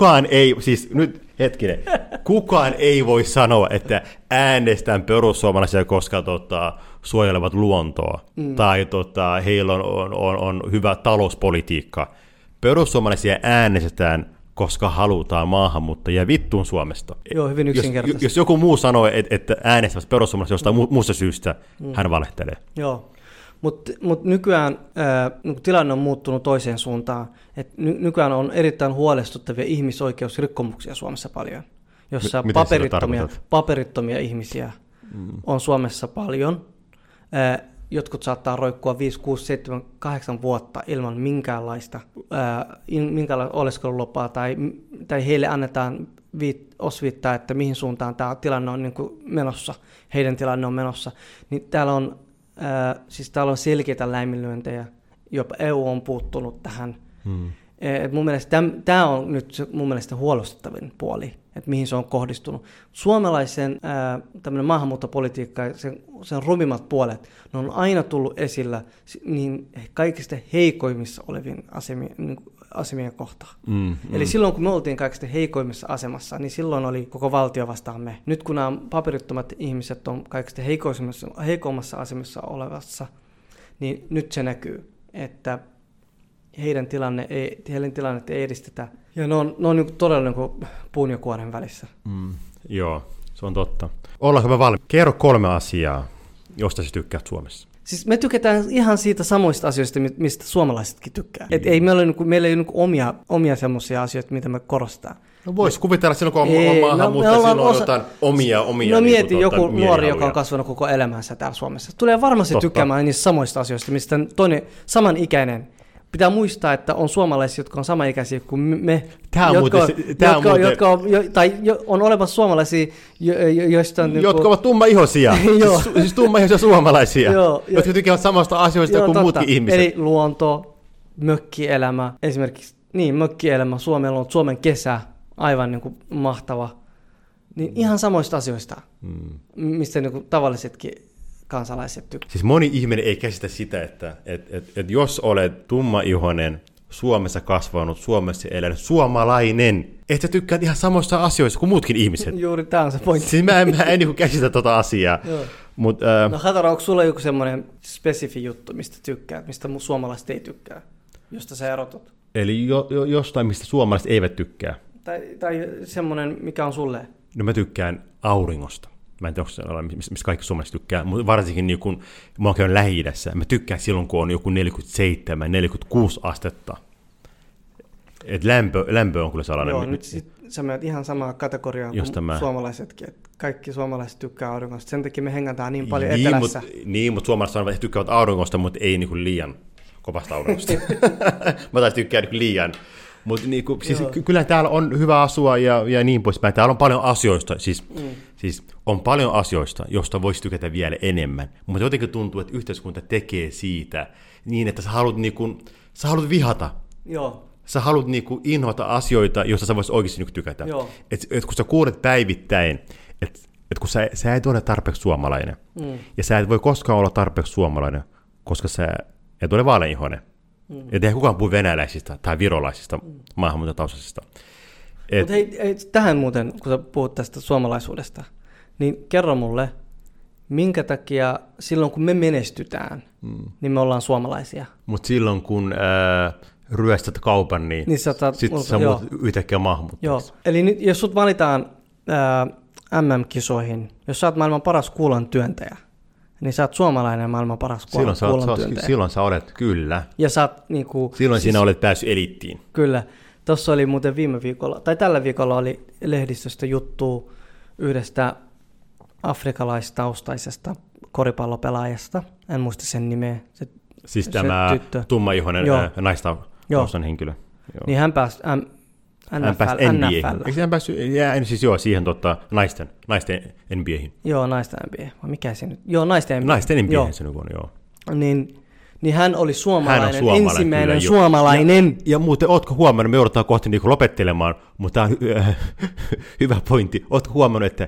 kukaan ei voi sanoa, että äänestän perussuomalaisia, koska suojelevat luontoa, tai heillä on hyvä talouspolitiikka. Perussuomalaisia äänestetään, koska halutaan maahanmuuttajia vittuun Suomesta. Joo, hyvin yksinkertaisesti. Jos joku muu sanoo, että äänestävät perussuomalaisia jostain muusta syystä, hän valehtelee. Joo. Mutta nykyään tilanne on muuttunut toiseen suuntaan. Nykyään on erittäin huolestuttavia ihmisoikeusrikkomuksia Suomessa paljon. jossa Mitä sillä tarkoitat? paperittomia ihmisiä on Suomessa paljon. Jotkut saattaa roikkua 5, 6, 7, 8 vuotta ilman minkäänlaista oleskelulupaa tai heille annetaan osviittaa, että mihin suuntaan tämä tilanne on niin kuin menossa, heidän tilanne on menossa. Niin täällä on selkeitä laiminlyöntejä, jopa EU on puuttunut tähän. Mun mielestä tämä on nyt mun mielestä huolestuttavin puoli, että mihin se on kohdistunut. Suomalaisen tämmöinen maahanmuuttopolitiikka ja sen rumimmat puolet, ne on aina tullut esillä niin kaikista heikoimmissa olevien asemien kohtaan. Eli silloin, kun me oltiin kaikista heikoimmissa asemassa, niin silloin oli koko valtio vastaan me. Nyt kun nämä paperittomat ihmiset on kaikista heikoimmassa asemassa olevassa, niin nyt se näkyy, että heidän tilannetta ei edistetä. Ja ne on niin todella niin puun ja kuoren välissä. Joo, se on totta. Ollaanko me valmiita? Kerro 3 asiaa, josta sä tykkäät Suomessa. Siis me tykätään ihan siitä samoista asioista, mistä suomalaisetkin tykkää. Et ei meillä ei ole omia semmoisia asioita, mitä me korostetaan. No vois kuvitella silloin, kun on maahanmuutto, silloin on jotain omia. No mieti joku nuori, joka on kasvanut koko elämänsä täällä Suomessa. Tulee varmasti tykkäämään niistä samoista asioista, mistä toinen samanikäinen. Pitää muistaa, että on suomalaisia, jotka on samaikäisiä kuin me, on olemassa suomalaisia, joista on... Jotka ovat tummaihoisia, siis tummaihoisia suomalaisia, jotka tykkäävät samasta asioista kuin muutkin ihmiset. Eli luonto, mökkielämä, esimerkiksi mökkielämä, Suomen kesä, aivan niin kuin mahtava. Niin ihan samoista asioista, mistä niin kuin tavallisetkin kansalaiset tykkää. Siis moni ihminen ei käsitä sitä, että jos olet tummaihoinen, Suomessa kasvanut, Suomessa elänyt, suomalainen, että sä tykkäät ihan samoista asioista kuin muutkin ihmiset. Juuri tämä on se pointti. Siis mä en niin käsitä tota asiaa. No Hatara, onko sulla joku semmoinen spesifi juttu, mistä tykkäät, mistä suomalaiset ei tykkää, josta sä erotut? Eli jostain, mistä suomalaiset eivät tykkää. Tai semmoinen, mikä on sulle? No mä tykkään auringosta. Mä en tiedä, mistä kaikki suomalaiset tykkää, mutta varsinkin niin kun mä oon käynyt Lähi-idässä, mä tykkään silloin, kun on joku 47-46 astetta. Et lämpö on kyllä sellainen. Joo, nyt sä menet ihan samaa kategoriaa kuin suomalaisetkin. Et kaikki suomalaiset tykkää auringosta. Sen takia me hengataan niin paljon etelässä. Mutta suomalaiset sanovat, että tykkäävät auringosta, mutta ei niin kuin liian kovasta auringosta. Mä taas tykkään niin liian. Mutta siis kyllä täällä on hyvä asua ja niin poispäin. Täällä on paljon asioista, siis on paljon asioista, josta voisi tykätä vielä enemmän. Mutta jotenkin tuntuu, että yhteiskunta tekee siitä niin, että sä haluat vihata. Joo. Sä haluat inhota asioita, joista sä voisit oikeasti tykätä. Et kun sä kuulet päivittäin, että kun sä et ole tarpeeksi suomalainen, ja sä et voi koskaan olla tarpeeksi suomalainen, koska sä et ole vaaleanihoinen. Eihän kukaan puhu venäläisistä tai virolaisista maahanmuuttajataustaisista. Mutta hei, tähän muuten, kun sä puhut tästä suomalaisuudesta, niin kerro mulle, minkä takia silloin kun me menestytään, niin me ollaan suomalaisia. Mutta silloin kun ryöstät kaupan, niin sitten sä muut yhtäkkiä maahanmuuttajaksi. Joo, eli nyt, jos sut valitaan MM-kisoihin, jos sä oot maailman paras kuulan työntäjä, niin sä oot suomalainen maailman paras kuulan työntäjä. Silloin sä olet, kyllä. Ja sä oot, silloin sinä olet päässyt eliittiin. Kyllä. Tuossa oli muuten viime viikolla, tai tällä viikolla oli lehdistöstä juttu yhdestä afrikalaistaustaisesta koripallopelaajasta. En muista sen nimeä. Siis tämä tummaihoinen naistaustainen henkilö. Joo. Niin hän pääsi NFL. Eikö hän päässyt siihen naisten NBA:hin? Joo, naisten NBA. Mikä se nyt? Joo, naisten NBA. Naisten NBA se nyt on, joo. Niin hän oli suomalainen, ensimmäinen kyllä, suomalainen. Ja muuten, ootko huomannut, me joudutaan kohta lopettelemaan, mutta tämä on hyvä pointti. Ootko huomannut, että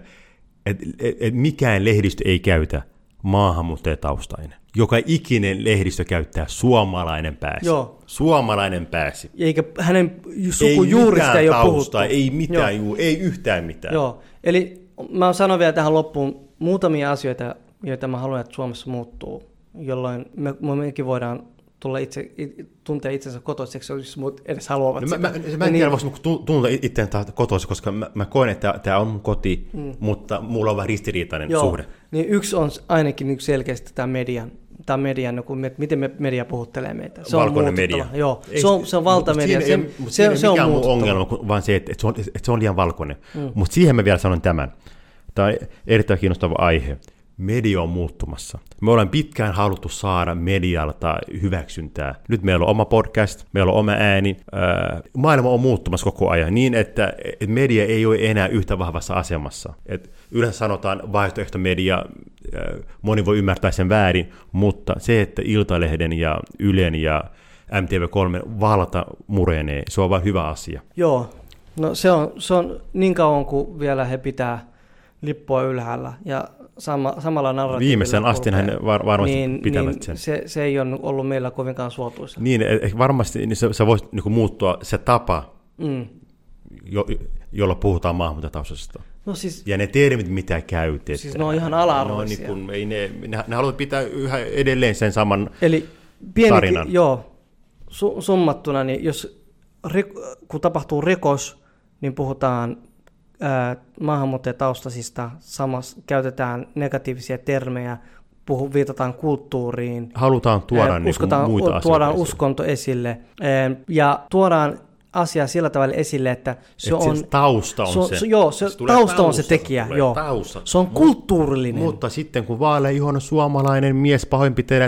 mikään lehdistö ei käytä maahanmuuttajataustainen? Joka ikinen lehdistö käyttää suomalainen pääsi. Joo. Suomalainen pääsi. Eikä hänen sukujuurista ei ole puhuttu. Ei mitään, ei yhtään mitään. Joo, eli mä sanon vielä tähän loppuun muutamia asioita, joita mä haluan, että Suomessa muuttuu, jolloin mekin voidaan tuntea itsensä kotoiseksi, jos muut edes haluavat sitä. Mä en tiedä, voisi tuntea itseään kotoiseksi, koska mä koen, että tämä on mun koti, mutta mulla on vähän ristiriitainen suhde. Niin yksi on ainakin selkeästi tämä median tämä media, miten media puhuttelee meitä. Se valkoinen on media. Joo, se on valtamedia. Se on muututtava. Ongelma, vaan se, että se on liian valkoinen. Mutta siihen mä vielä sanon tämän. Tämä on erittäin kiinnostava aihe. Media on muuttumassa. Me ollaan pitkään haluttu saada medialta hyväksyntää. Nyt meillä on oma podcast, meillä on oma ääni. Maailma on muuttumassa koko ajan niin, että media ei ole enää yhtä vahvassa asemassa. Yleensä sanotaan vaihtoehtomedia, moni voi ymmärtää sen väärin, mutta se, että Iltalehden ja Ylen ja MTV3 valta murenee, se on vain hyvä asia. Joo, no se on niin kauan kuin vielä he pitää lippua ylhäällä ja samalla narratiivilla. Viimeisen asti hän varmasti pitävät sen. Se ei ole ollut meillä kovinkaan suotuisa. Niin, varmasti niin se voisi niin kuin muuttua se tapa, jolla puhutaan maahanmuuttajataustaisesta. No siis, ja ne termit, mitä käytetään. Siis ne on ihan ala-arvoisia. No, niin ne haluavat pitää yhä edelleen sen saman tarinan. Joo, summattuna, niin kun tapahtuu rikos, niin puhutaan maahanmuuttajataustaisista, samassa käytetään negatiivisia termejä, viitataan kulttuuriin. Halutaan tuoda muita asioita. Tuodaan uskonto esille ja tuodaan asia sillä tavalla esille, että se on... tausta on se. Joo, se tausta on se tekijä. Joo. Se on kulttuurillinen. Mutta sitten kun vaaleihon suomalainen mies pahoinpitelee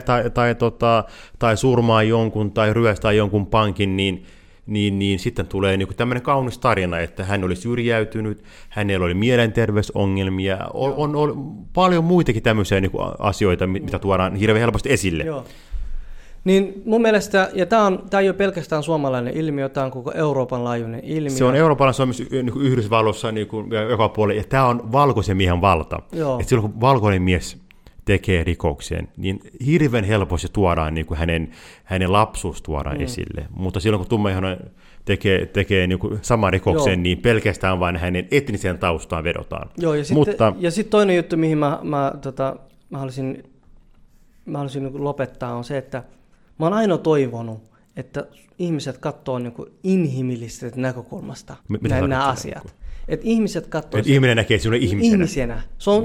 tai surmaa jonkun tai ryöstää jonkun pankin, niin sitten tulee niin tämmöinen kaunis tarina, että hän oli syrjäytynyt, hänellä oli mielenterveysongelmia, on paljon muitakin tämmöisiä niin asioita, mitä tuodaan hirveän helposti esille. Joo. Niin mun mielestä, ja tämä ei ole pelkästään suomalainen ilmiö, tämä on koko Euroopan laajuinen ilmiö. Se on Euroopan, se on myös niin Yhdysvalloissa niin joka puolella, ja tämä on valkoisen miehen valta. Että silloin kun valkoinen mies tekee rikoksen, niin hirveän helposti tuodaan niin kuin hänen lapsuus tuodaan esille. Mutta silloin kun tummaihoinen tekee niin kuin saman rikoksen, niin pelkästään vain hänen etniseen taustaan vedotaan. Joo, ja sitten toinen juttu, mihin mä haluaisin niin lopettaa, on se, että mä oon aina toivonut, että ihmiset katsoo niin kuin inhimillisestä näkökulmasta nämä asiat. Että ihmiset katsoo... Että ihminen näkee sinun ihmisenä.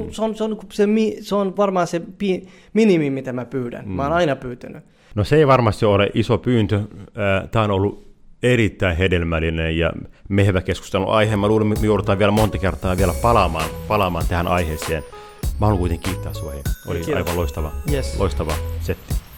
Se on varmaan se minimi, mitä mä pyydän. Mä oon aina pyytänyt. No se ei varmasti ole iso pyyntö. Tämä on ollut erittäin hedelmällinen ja mehevä keskustelun aihe. Mä luulen, että me joudutaan vielä monta kertaa vielä palaamaan tähän aiheeseen. Mä haluan kuitenkin kiittää sinua. Oli aivan loistava setti.